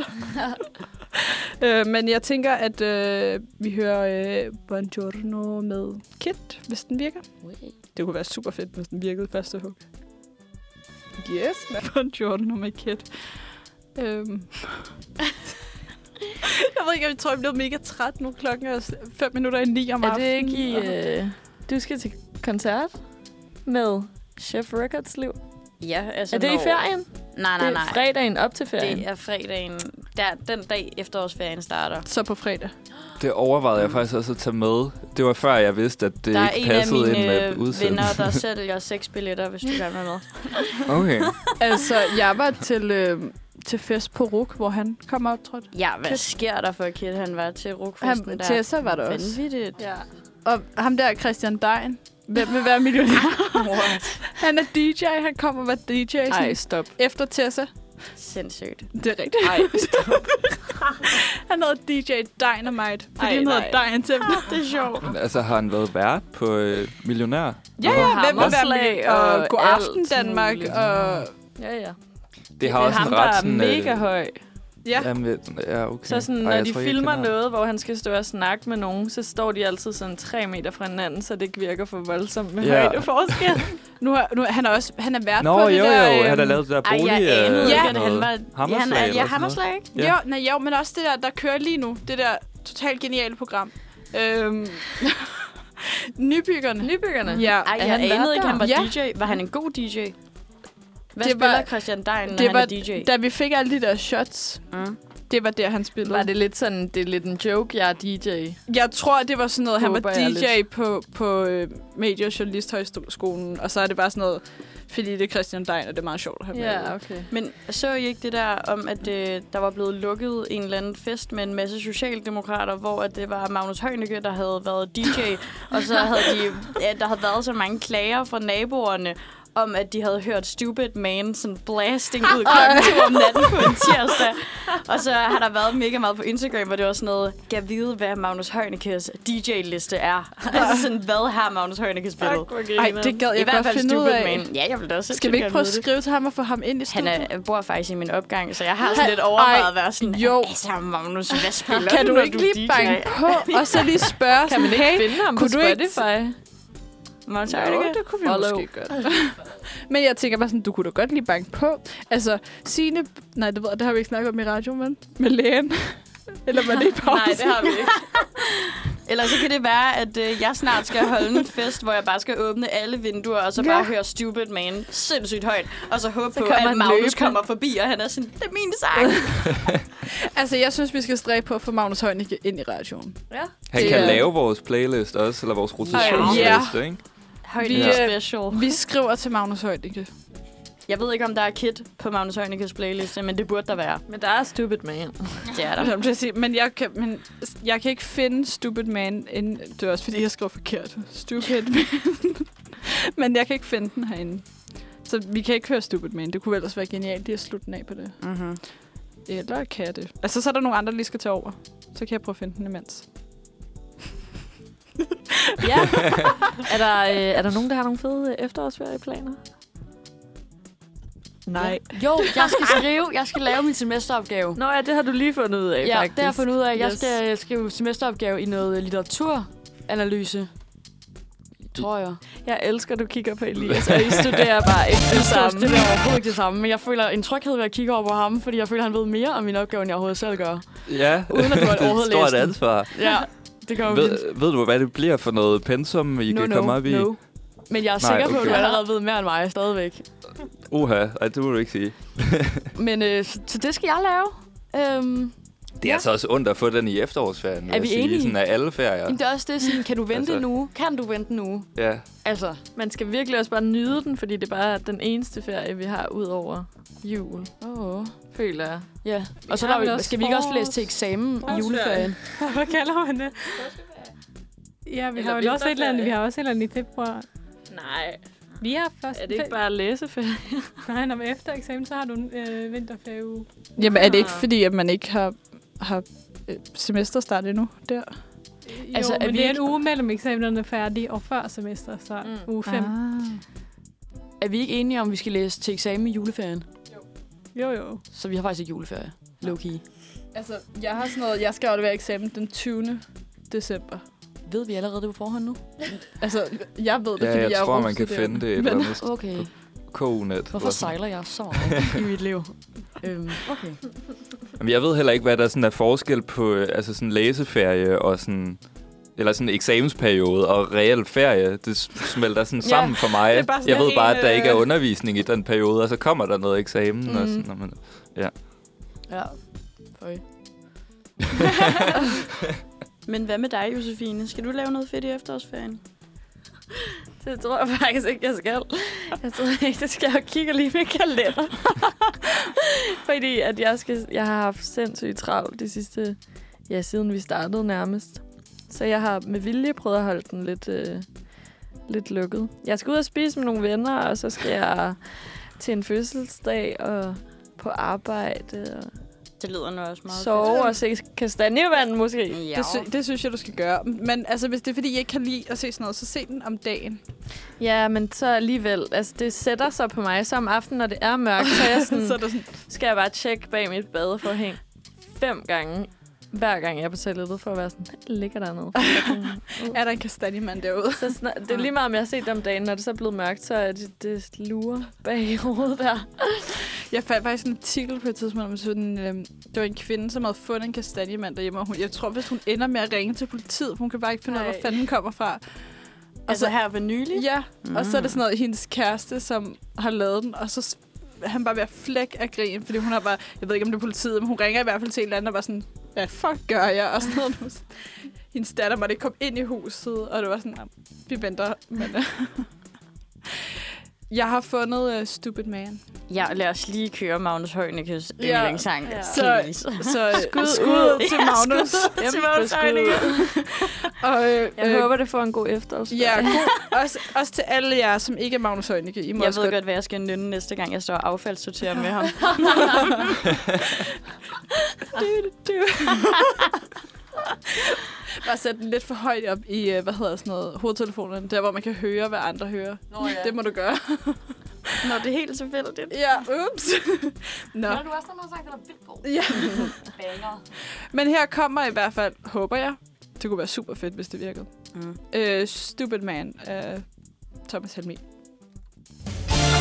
øh, men jeg tænker, at øh, vi hører øh, Buongiorno med Kit, hvis den virker. Det kunne være super fedt, hvis den virkede første hug. Yes, med Buongiorno med Kit. Øhm. Jeg ved ikke, om jeg tror, jeg er blevet mega træt nu. Klokken er fem minutter i ni om Er aftenen. det ikke i... Øh, du skal til koncert med Chef Records liv? Ja, altså Er det i når- ferien? Nej, nej, Det nej. er fredagen op til ferien. Det er fredagen, der, den dag efterårsferien starter. Så på fredag. Det overvejede jeg faktisk også at tage med. Det var før jeg vidste, at det Der er ikke en af passede ind mine med øh, venner, udsendelsen. der sælger seks billetter, hvis du gerne vil med. Okay. Altså, jeg var til, øh, til fest på Ruk, hvor han kom optrådt. Ja, hvad Kit. sker der for Kit? Han var til rukfesten Han, der. Tessa var der også. Vanvittigt. Ja. Og ham der, Christian Dein, hvem vil være millionær? Han er D J, han kommer og var D J Ej, sådan, stop. efter Tessa. Sindssygt. Det er rigtigt. Ej, Han hedder D J Dynamite, fordi Ej, han hedder nej. Dein til Det er sjovt. Men altså, har han været vært på øh, Millionær? Ja, ja, hvem vil være Hammerslag med? Og og God alt Aften Danmark. muligt. Og ja, ja. Det har det er også ham, en der ret er sådan... mega øh, høj. ja, Jamen, ja, okay. Så sådan, Ej, når jeg de tror ikke, jeg filmer kender ham. noget, hvor han skal stå og snakke med nogen, så står de altid sådan tre meter fra hinanden, så det ikke virker for voldsomt med Ja. højdeforskel. nu er, nu, han er også han er vært Nå, på jo, det jo, der... jo. øhm, Han har lavet det der Ej, bolig... jeg anede øh, ikke, Ja. at han var... Hammerslag ja, han er, eller ja, sådan Hammerslag, ikke? Ja. Jo, nej, jo, men også det der, der kører lige nu. Det der totalt geniale program. Øhm, Nybyggerne. Nybyggerne? Ja. Ej, Er jeg han anede vært ikke, han var der? D J. Var han en god D J? Hvad Det spiller var- Christian Dein, når Det han var, er D J? da vi fik alle de der shots, Mm. det var der, han spillede. Var det lidt sådan, det er lidt en joke, jeg er D J? Jeg tror, det var sådan noget, han var Håber jeg D J på, på uh, Medie- og Journalisthøjskolen, og så er det bare sådan noget, fordi det er Christian Dein, og det er meget sjovt at have med. Ja, okay. Men så I ikke det der om, at øh, der var blevet lukket en eller anden fest med en masse socialdemokrater, hvor at det var Magnus Heunicke, der havde været D J, og så havde de, ja, der havde været så mange klager fra naboerne, om at de havde hørt Stupid Man sådan blasting ud klokken to om natten på en tirsdag. Og så har der været mega meget på Instagram, hvor det var sådan noget, gav vide, hvad Magnus Heunickes D J-liste er. Altså sådan, hvad har Magnus Heunicke spillet? Ej, det gad I jeg hvert godt fald finde ud Stupid af. Man. Ja, jeg vil da også Skal vi ikke gerne prøve at vide det. skrive til ham og få ham ind i Han studiet? er, bor faktisk i min opgang, så jeg har sådan lidt overvejet at være sådan, jo. altså Magnus, hvad spiller Kan du når ikke er lige D J? banke på, og så lige spørge Kan man ikke hey, finde ham på kunne du ikke- Spotify? Magnus Jo, Heunicke? det kunne vi Follow. måske godt. Men jeg tænker bare sådan, du kunne da godt lige banke på. Altså, Signe... Nej, det ved jeg, det har vi ikke snakket om i radio, men med lægen. Eller var det i pause? Nej, det har vi ikke. Eller så kan det være, at øh, jeg snart skal holde en fest, hvor jeg bare skal åbne alle vinduer, og så Ja. bare høre Stupid Man sindssygt højt, og så håbe Så på, kommer at han Magnus løbende. kommer forbi, og han er sådan, det er min sang. Altså, jeg synes, vi skal stræbe på at få Magnus Heunicke ind i radioen. Han Det kan er- lave vores playlist også, eller vores rotationsliste, Ja. ikke? Heunicke Vi, øh, special. Vi skriver til Magnus Heunicke. Jeg ved ikke, om der er Kid på Magnus Heunickes playliste, men det burde der være. Men der er Stupid Man. Det er der. Som jeg siger, Men jeg kan, men jeg kan ikke finde Stupid Man inden. Det er også, fordi jeg skrev forkert. Stupid Man. Men jeg kan ikke finde den herinde. Så vi kan ikke høre Stupid Man. Det kunne ellers være genialt lige at slutte den af på det. Mm-hmm. Eller kan jeg det? Altså, så er der nogle andre, der lige skal tage over. Så kan jeg prøve at finde den imens. Ja. er, der, øh, er der nogen, der har nogle fede øh, efterårsferieplaner? Nej. Jo, jeg skal skrive, jeg skal lave min semesteropgave. Nå ja, det har du lige fundet ud af, Ja, faktisk. det har jeg fundet ud af. Jeg Yes. skal skrive semesteropgave i noget litteraturanalyse. Tror jeg. Jeg elsker, at du kigger på Elias, og I studerer bare ikke det samme. Det er overhovedet ikke det samme, men jeg føler en tryghed ved at kigge over på ham, fordi jeg føler, han ved mere om min opgave, end jeg overhovedet selv gør. Ja, Uden at du har det er et overhovedet stort læst den. ansvar. Ja, det gør jo Ved, vildt. ved du, hvad det bliver for noget pensum, I No, kan no, komme op i? no. Men jeg er Nej, sikker på, at okay. du allerede ved mere end mig stadigvæk. Uha, ej, det må du ikke sige. Men øh, så, så det skal jeg lave. Øhm, Det er Ja. altså også ondt at få den i efterårsferien, vil Er jeg vi sige. enige? Sådan af alle ferier. Jamen, det er også det, sådan, kan du vente Altså- en uge? Kan du vente en uge? Ja. Altså, Man skal virkelig også bare nyde den, fordi det er bare den eneste ferie, vi har ud over jul, åh. Oh. føler jeg. Ja, og så har der, vel vi, også skal vi ikke også forårs- læse til eksamen i forårsferie. juleferien? Hvad kalder man det? Ja, vi Eller har jo også et eller andet, vinterferie. vi har også et eller andet i februar. Nej, Vi har først... er det ikke bare læseferie? Nej, når man efter eksamen, så har du en øh, vinterferieuge. Jamen, er det ikke Ah. fordi, at man ikke har, har øh, semesterstart endnu der? Jo, Altså, altså, er men vi det er ikke- en uge mellem eksamenerne færdige, og før semester, så Mm. uge fem. Er vi ikke enige om, at vi skal læse til eksamen i juleferien? Jo, jo. Så vi har faktisk ikke juleferie. Low key. Altså, jeg har sådan noget, jeg skal aflevere eksamen den tyvende december. Ved vi allerede det på forhånd nu? Altså, jeg ved det, Ja, fordi jeg, jeg er tror, man kan russtuderende. finde det et Men- eller andet Okay. K-net. Hvorfor sejler jeg så meget i mit liv? Øhm, okay. Jamen, jeg ved heller ikke, hvad der sådan er forskel på øh, altså sådan læseferie og sådan... Eller sådan en eksamensperiode og reel ferie. Det s- smelter sådan Ja, sammen for mig. det er bare sådan Jeg ved en, bare, at der øh, ikke er undervisning i den periode, og så kommer der noget eksamen. Mhm. Og sådan, og man, Ja. Føj. Men hvad med dig, Josefine? Skal du lave noget fedt i efterårsferien? Det tror jeg faktisk ikke, jeg skal. Jeg tror ikke, det skal jeg kigge lige med kalender. Fordi at jeg, skal, jeg har haft sindssygt travlt de sidste... Ja, siden vi startede nærmest. Så jeg har med vilje prøvet at holde den lidt, øh, lidt lukket. Jeg skal ud og spise med nogle venner, og så skal jeg til en fødselsdag og på arbejde og Det lyder nu også meget sove og se kastanjevand måske. fedt. Ja. Det, sy- det synes jeg, du skal gøre. Men altså, hvis det er, fordi I ikke kan lide at se sådan noget, så se den om dagen. Ja, men så alligevel, altså det sætter sig på mig. Så om aftenen, når det er mørkt, så, er jeg sådan, så er der sådan, skal jeg bare tjekke bag mit bad for at hænge fem gange, hver gang jeg er på toilettet, for at være sådan, ligger der noget? er der en kastanjemand derude? Så sådan, det er lige meget, om jeg har set det om dagen, når det så er blevet mørkt, så er det, det lurer bag hovedet der. Jeg fandt faktisk en artikel på et tidspunkt om sådan, øhm, det var en kvinde, som havde fundet en kastanjemand derhjemme. Og hun, jeg tror, hvis hun ender med at ringe til politiet, for hun kan bare ikke finde ud af, hvor Nej. fanden den kommer fra. Altså her ved nylig? Ja, mm. og så er det sådan noget, hendes kæreste, som har lavet den, og så s- er han bare ved at flække af grin, fordi hun har bare, jeg ved ikke om det er politiet, men hun ringer i hvert fald til en eller anden, og var sådan, hvad fuck gør jeg? Og sådan noget. Hendes datter måtte ikke komme ind i huset, og det var sådan, vi venter, men... Jeg har fundet uh, Stupid Man. Ja, lad os lige køre Magnus Heunicke's Ja. yndlingssang. Ja. Så, Så skud, skud til Magnus. Ja, til Magnus Heunicke. Og, øh, Jeg øh, håber, det får en god efterårsdag. Ja, god. Også, også til alle jer, som ikke er Magnus Heunicke. I må Jeg også ved godt... godt, hvad jeg skal nynne næste gang, jeg står og affaldssorterer med ham. du, du. Bare sætte den lidt for højt op i, hvad hedder sådan noget, hovedtelefonen. Der, hvor man kan høre, hvad andre hører. Nå, ja. Det må du gøre. Nå, det er helt tilfældigt. Ja, ups. Nå. Nå, du også der noget sagt, der er vildt god. Ja. Banger. Men her kommer i hvert fald, håber jeg, det kunne være super fedt, hvis det virkede. Mm. Uh, Stupid Man af Thomas Helmig.